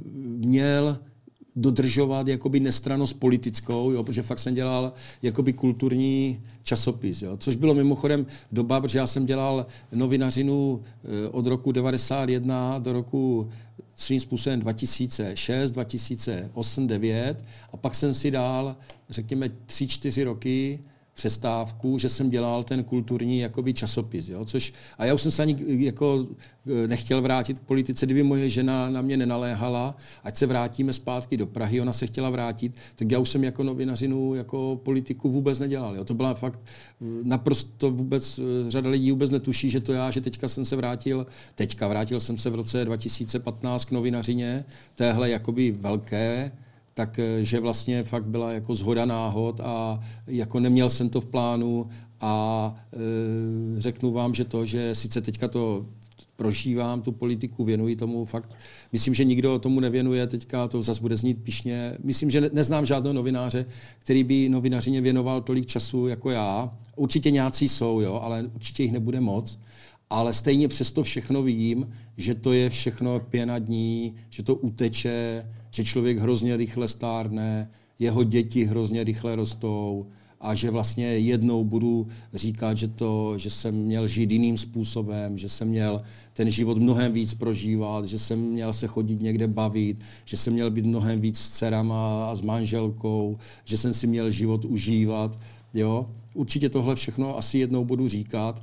měl dodržovat jakoby nestrannost politickou, jo, protože fakt jsem dělal jakoby kulturní časopis, jo, což bylo mimochodem doba, protože já jsem dělal novinařinu od roku 1991 do roku svým způsobem 2006, 2008, 2009 a pak jsem si dal, řekněme, 3-4 roky přestávku, že jsem dělal ten kulturní jakoby časopis. Jo? A já už jsem se ani jako nechtěl vrátit k politice, kdyby moje žena na mě nenaléhala, ať se vrátíme zpátky do Prahy, ona se chtěla vrátit, tak já už jsem jako novinařinu, jako politiku vůbec nedělal. Jo? To byla fakt naprosto vůbec, řada lidí vůbec netuší, že to já, že teďka jsem se vrátil jsem se v roce 2015 k novinařině, téhle jakoby velké, takže vlastně fakt byla jako shoda náhod a jako neměl jsem to v plánu a řeknu vám, že sice teďka to prožívám, tu politiku, věnuji tomu fakt. Myslím, že nikdo tomu nevěnuje teďka, to zase bude znít pyšně. Myslím, že neznám žádného novináře, který by novinařině věnoval tolik času jako já. Určitě nějací jsou, jo, ale určitě jich nebude moc. Ale stejně přesto všechno vím, že to je všechno pěna dní, že to uteče, že člověk hrozně rychle stárne, jeho děti hrozně rychle rostou a že vlastně jednou budu říkat, že jsem měl žít jiným způsobem, že jsem měl ten život mnohem víc prožívat, že jsem měl se chodit někde bavit, že jsem měl být mnohem víc s dcerama a s manželkou, že jsem si měl život užívat. Jo? Určitě tohle všechno asi jednou budu říkat,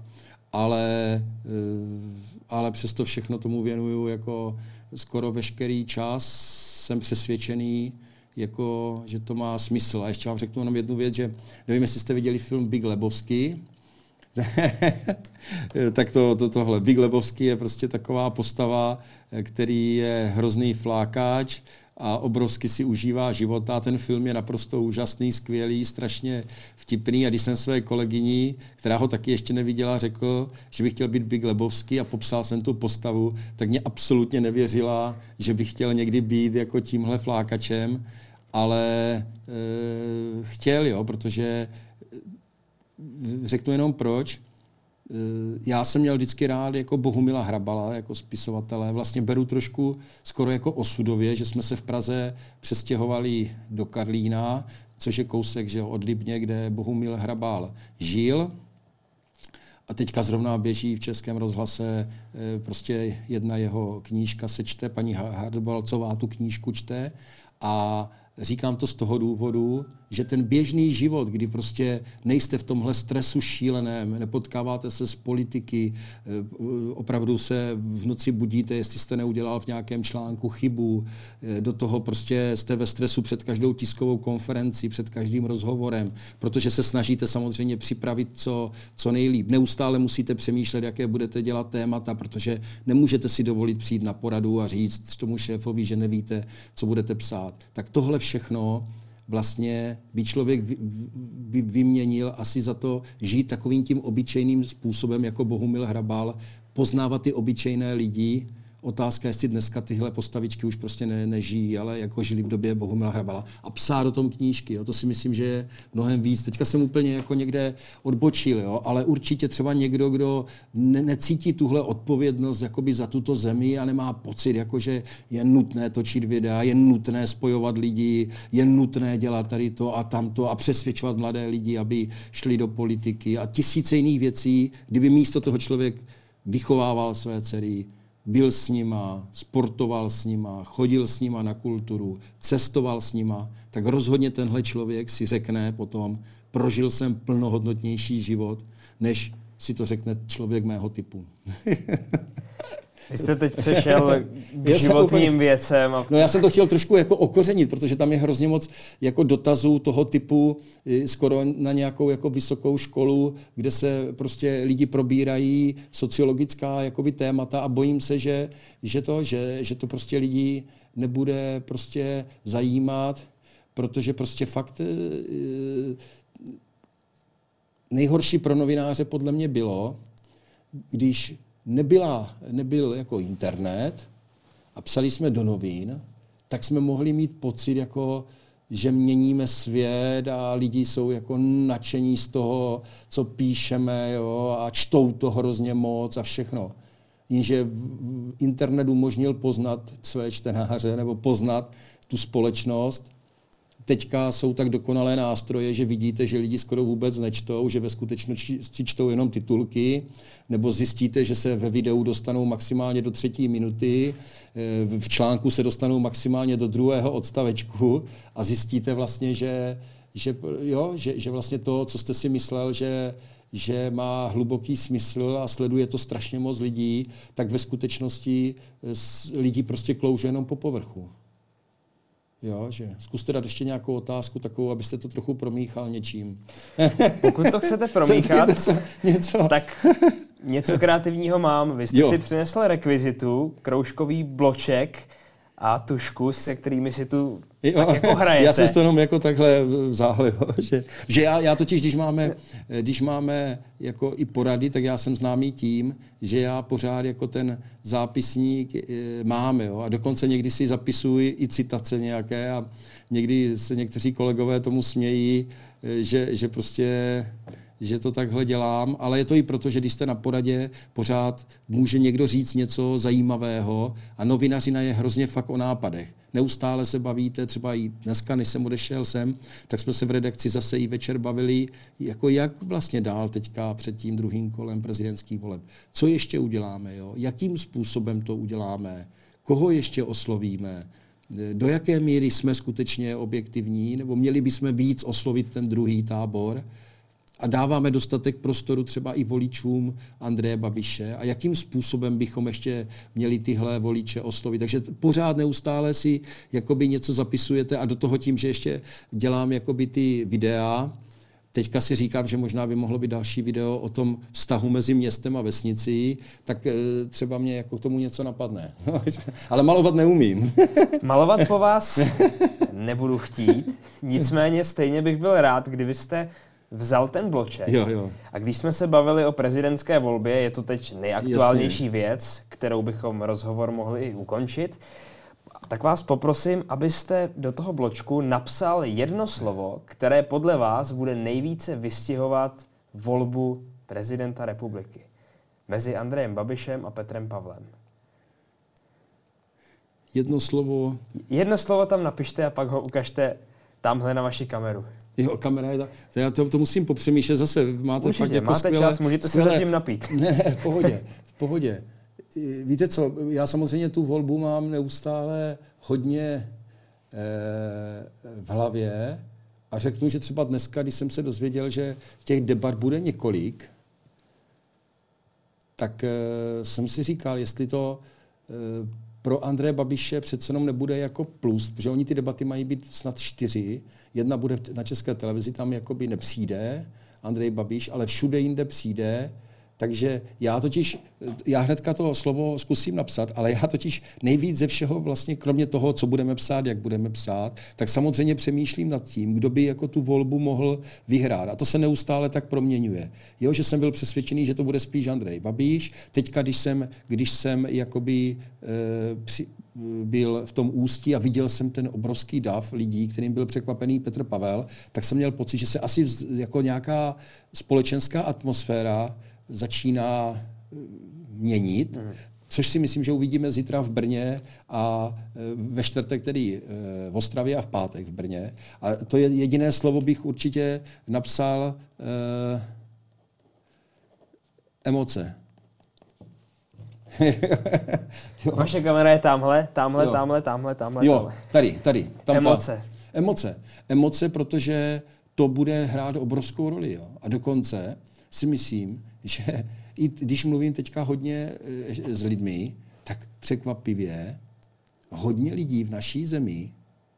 ale přesto všechno tomu věnuju jako skoro veškerý čas. Jsem přesvědčený, jako, že to má smysl. A ještě vám řeknu jenom jednu věc, že nevím, jestli jste viděli film Big Lebowski. Tak tohle. Big Lebowski je prostě taková postava, který je hrozný flákač a obrovsky si užívá života. Ten film je naprosto úžasný, skvělý, strašně vtipný. A když jsem své kolegyni, která ho taky ještě neviděla, řekl, že bych chtěl být Big Lebowski a popsal jsem tu postavu, tak mě absolutně nevěřila, že bych chtěl někdy být jako tímhle flákačem. ale chtěl, jo, protože řeknu jenom proč. Já jsem měl vždycky rád jako Bohumila Hrabala, jako spisovatele. Vlastně beru trošku skoro jako osudově, že jsme se v Praze přestěhovali do Karlína, což je kousek, že od Libně, kde Bohumil Hrabal žil. A teďka zrovna běží v Českém rozhlase prostě jedna jeho knížka se čte, paní Hardobalcová tu knížku čte a říkám to z toho důvodu, že ten běžný život, kdy prostě nejste v tomhle stresu šíleném, nepotkáváte se s politiky, opravdu se v noci budíte, jestli jste neudělal v nějakém článku chybu, do toho prostě jste ve stresu před každou tiskovou konferencí, před každým rozhovorem, protože se snažíte samozřejmě připravit co nejlíp. Neustále musíte přemýšlet, jaké budete dělat témata, protože nemůžete si dovolit přijít na poradu a říct tomu šéfovi, že nevíte, co budete psát. Tak tohle všechno vlastně by člověk vyměnil asi za to žít takovým tím obyčejným způsobem, jako Bohumil Hrabal, poznávat ty obyčejné lidi. Otázka, jestli dneska tyhle postavičky už prostě nežijí, ale jako žili v době Bohumila Hrabala. A psát o tom knížky, jo, to si myslím, že je mnohem víc. Teďka jsem úplně jako někde odbočil, jo, ale určitě třeba někdo, kdo necítí tuhle odpovědnost jakoby za tuto zemi a nemá pocit, jako že je nutné točit videa, je nutné spojovat lidi, je nutné dělat tady to a tamto a přesvědčovat mladé lidi, aby šli do politiky a tisíce jiných věcí, kdyby místo toho člověk vychovával své dcery, byl s nima, sportoval s nima, chodil s nima na kulturu, cestoval s nima, tak rozhodně tenhle člověk si řekne potom, prožil jsem plnohodnotnější život, než si to řekne člověk mého typu. Vy jste teď přešel k životním věcem. No já jsem to chtěl trošku jako okořenit, protože tam je hrozně moc jako dotazů toho typu, skoro na nějakou jako vysokou školu, kde se prostě lidi probírají sociologická jakoby témata a bojím se, že to prostě lidi nebude prostě zajímat, protože prostě fakt nejhorší pro novináře podle mě bylo, když nebyl jako internet a psali jsme do novin, tak jsme mohli mít pocit, jako, že měníme svět a lidi jsou jako nadšení z toho, co píšeme, jo, a čtou to hrozně moc a všechno. Jenže internet umožnil poznat své čtenáře nebo poznat tu společnost. Teďka jsou tak dokonalé nástroje, že vidíte, že lidi skoro vůbec nečtou, že ve skutečnosti čtou jenom titulky, nebo zjistíte, že se ve videu dostanou maximálně do 3. minuty, v článku se dostanou maximálně do 2. odstavečku a zjistíte vlastně, že vlastně to, co jste si myslel, že má hluboký smysl a sleduje to strašně moc lidí, tak ve skutečnosti lidi prostě klouží jenom po povrchu. Jo, že zkuste dát ještě nějakou otázku takovou, abyste to trochu promíchal něčím. Pokud to chcete promíchat, tak něco kreativního mám. Vy jste si přinesl rekvizitu, kroužkový bloček a tušku, se kterými si tu tak jako hrajete. Já jsem to jenom jako takhle vzal, že já totiž, když máme jako i porady, tak já jsem známý tím, že já pořád jako ten zápisník mám, jo, a dokonce někdy si zapisuji i citace nějaké a někdy se někteří kolegové tomu smějí, že prostě že to takhle dělám, ale je to i proto, že když jste na poradě, pořád může někdo říct něco zajímavého a novinařina je hrozně fakt o nápadech. Neustále se bavíte, třeba i dneska, než jsem odešel sem, tak jsme se v redakci zase i večer bavili, jako jak vlastně dál teďka před tím druhým kolem prezidentských voleb. Co ještě uděláme, jo? Jakým způsobem to uděláme, koho ještě oslovíme, do jaké míry jsme skutečně objektivní, nebo měli bychom víc oslovit ten druhý tábor, a dáváme dostatek prostoru třeba i voličům Andreje Babiše a jakým způsobem bychom ještě měli tyhle voliče oslovit. Takže pořád neustále si jakoby něco zapisujete a do toho tím, že ještě dělám jakoby ty videa, teďka si říkám, že možná by mohlo být další video o tom vztahu mezi městem a vesnicí, tak třeba mě jako k tomu něco napadne. Ale malovat neumím. Malovat po vás nebudu chtít, nicméně stejně bych byl rád, kdybyste vzal ten bloček. Jo. A když jsme se bavili o prezidentské volbě, je to teď nejaktuálnější věc, kterou bychom rozhovor mohli i ukončit. Tak vás poprosím, abyste do toho bločku napsal jedno slovo, které podle vás bude nejvíce vystihovat volbu prezidenta republiky mezi Andrejem Babišem a Petrem Pavlem. Jedno slovo. Jedno slovo tam napište a pak ho ukažte tamhle na vaši kameru. Jo, kamera je já to musím popřemýšlet zase. Máte určitě, fakt jako máte skvěle, čas, můžete se zatím napít. Ne, v pohodě. Víte co, já samozřejmě tu volbu mám neustále hodně v hlavě a řeknu, že třeba dneska, když jsem se dozvěděl, že těch debat bude několik, tak jsem si říkal, jestli to pro Andreje Babiše přece jenom nebude jako plus, protože oni ty debaty mají být snad 4. Jedna bude na České televizi, tam jakoby nepřijde Andrej Babiš, ale všude jinde přijde. Takže já hnedka to slovo zkusím napsat, ale já totiž nejvíc ze všeho vlastně, kromě toho, co budeme psát, jak budeme psát, tak samozřejmě přemýšlím nad tím, kdo by jako tu volbu mohl vyhrát. A to se neustále tak proměňuje. Jo, že jsem byl přesvědčený, že to bude spíš Andrej Babiš. Teďka, když jsem jakoby byl v tom Ústí a viděl jsem ten obrovský dav lidí, kterým byl překvapený Petr Pavel, tak jsem měl pocit, že se asi jako nějaká společenská atmosféra začíná měnit, což si myslím, že uvidíme zítra v Brně a ve čtvrtek tedy v Ostravě a v pátek v Brně. A to je jediné slovo, bych určitě napsal emoce. Vaše kamera je tamhle. Jo, tady. Emoce, protože to bude hrát obrovskou roli. Jo. A dokonce si myslím, že i když mluvím teďka hodně s lidmi, tak překvapivě hodně lidí v naší zemi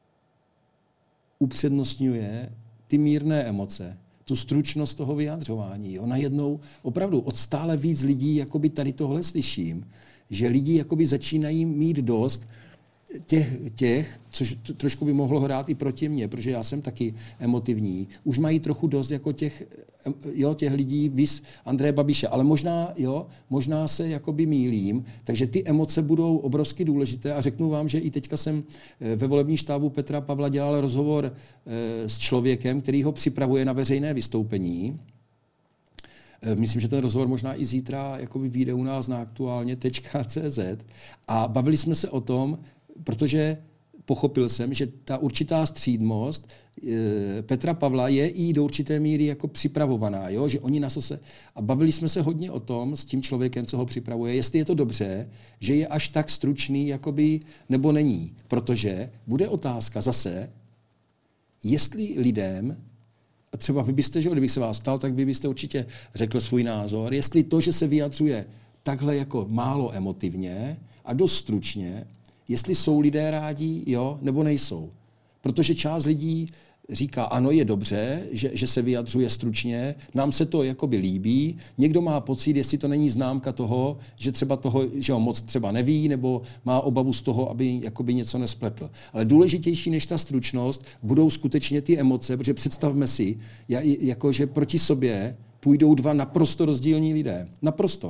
upřednostňuje ty mírné emoce, tu stručnost toho vyjadřování. Jo. Najednou opravdu od stále víc lidí jakoby tady tohle slyším, že lidi jakoby začínají mít dost těch, což trošku by mohlo hrát i proti mně, protože já jsem taky emotivní, už mají trochu dost jako těch lidí víc Andreje Babiše, ale možná se jakoby mýlím, takže ty emoce budou obrovsky důležité a řeknu vám, že i teďka jsem ve volební štábu Petra Pavla dělal rozhovor s člověkem, který ho připravuje na veřejné vystoupení. Myslím, že ten rozhovor možná i zítra jakoby vyjde u nás na aktuálně.cz a bavili jsme se o tom, protože pochopil jsem, že ta určitá střídmost Petra Pavla je i do určité míry jako připravovaná, jo? Že oni a bavili jsme se hodně o tom s tím člověkem, co ho připravuje, jestli je to dobře, že je až tak stručný, jakoby, nebo není. Protože bude otázka zase, jestli lidem, a třeba vy byste, že kdybych se vás ptal, tak vy byste určitě řekl svůj názor, jestli to, že se vyjadřuje takhle jako málo emotivně a dost stručně, jestli jsou lidé rádi, jo, nebo nejsou. Protože část lidí říká, ano, je dobře, že se vyjadřuje stručně, nám se to jakoby líbí, někdo má pocit, jestli to není známka toho, že třeba toho, že ho moc třeba neví, nebo má obavu z toho, aby jakoby něco nespletl. Ale důležitější než ta stručnost budou skutečně ty emoce, protože představme si, že proti sobě půjdou dva naprosto rozdílní lidé. Naprosto.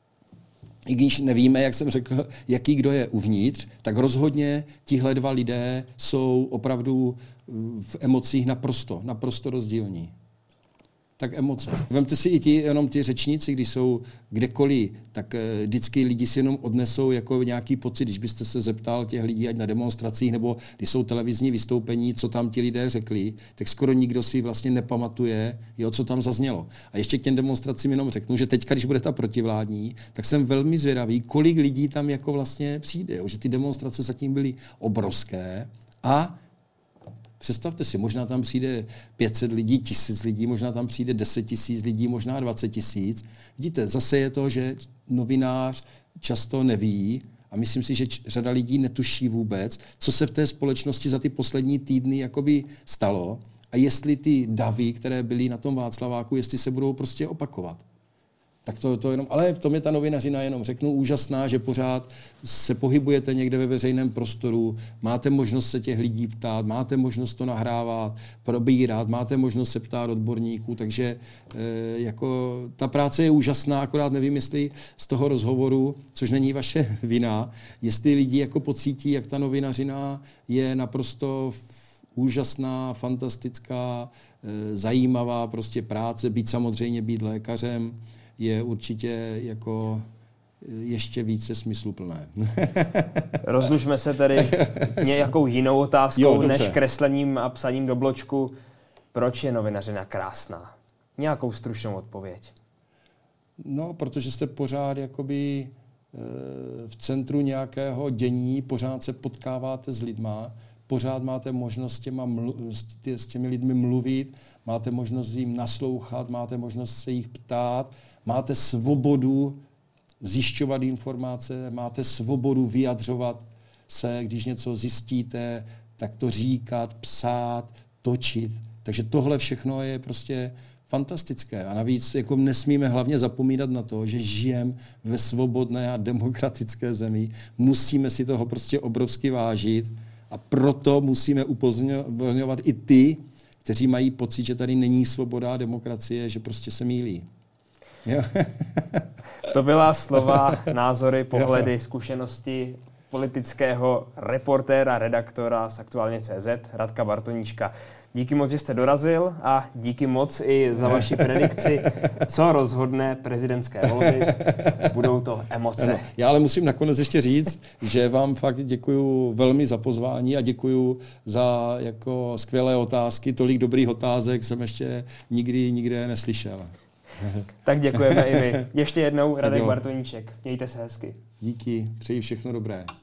I když nevíme, jak jsem řekl, jaký kdo je uvnitř, tak rozhodně tihle dva lidé jsou opravdu v emocích naprosto rozdílní. Tak emoce. Vemte si i jenom ty řečníci, když jsou kdekoliv, tak vždycky lidi si jenom odnesou jako nějaký pocit, když byste se zeptal těch lidí, ať na demonstracích, nebo když jsou televizní vystoupení, co tam ti lidé řekli, tak skoro nikdo si vlastně nepamatuje, co tam zaznělo. A ještě k těm demonstracím jenom řeknu, že teď, když bude ta protivládní, tak jsem velmi zvědavý, kolik lidí tam jako vlastně přijde, že ty demonstrace zatím byly obrovské a představte si, možná tam přijde 500 lidí, 1000 lidí, možná tam přijde 10 000 lidí, možná 20 000. Vidíte, zase je to, že novinář často neví a myslím si, že řada lidí netuší vůbec, co se v té společnosti za ty poslední týdny jakoby stalo a jestli ty davy, které byly na tom Václaváku, jestli se budou prostě opakovat. Tak to jenom, ale v tom je ta novinařina jenom, řeknu, úžasná, že pořád se pohybujete někde ve veřejném prostoru, máte možnost se těch lidí ptát, máte možnost to nahrávat, probírat, máte možnost se ptát odborníků, takže jako ta práce je úžasná, akorát nevím, jestli z toho rozhovoru, což není vaše vina, jestli lidi jako pocítí, jak ta novinařina je naprosto úžasná, fantastická, zajímavá prostě práce, být lékařem, je určitě jako ještě smysluplné. Rozlučme se tedy nějakou jinou otázkou než kreslením a psaním do bločku. Proč je novinařina krásná? Nějakou stručnou odpověď. No, protože jste pořád jakoby v centru nějakého dění, pořád se potkáváte s lidma, pořád máte možnost s těmi lidmi mluvit, máte možnost jim naslouchat, máte možnost se jich ptát, máte svobodu zjišťovat informace, máte svobodu vyjadřovat se, když něco zjistíte, tak to říkat, psát, točit. Takže tohle všechno je prostě fantastické. A navíc jako nesmíme hlavně zapomínat na to, že žijeme ve svobodné a demokratické zemi. Musíme si toho prostě obrovsky vážit a proto musíme upozorňovat i ty, kteří mají pocit, že tady není svoboda a demokracie, že prostě se mýlí. Jo. To byla slova, názory, pohledy, zkušenosti politického reportéra, redaktora z Aktuálně.cz Radka Bartoníčka. Díky moc, že jste dorazil a díky moc i za vaši predikci, co rozhodne prezidentské volby. Budou to emoce. Ano. Já ale musím nakonec ještě říct, že vám fakt děkuju velmi za pozvání a děkuju za jako skvělé otázky. Tolik dobrých otázek jsem ještě nikde neslyšel. Tak děkujeme i my. Ještě jednou Radek Bartoníček. Mějte se hezky. Díky, přeji všechno dobré.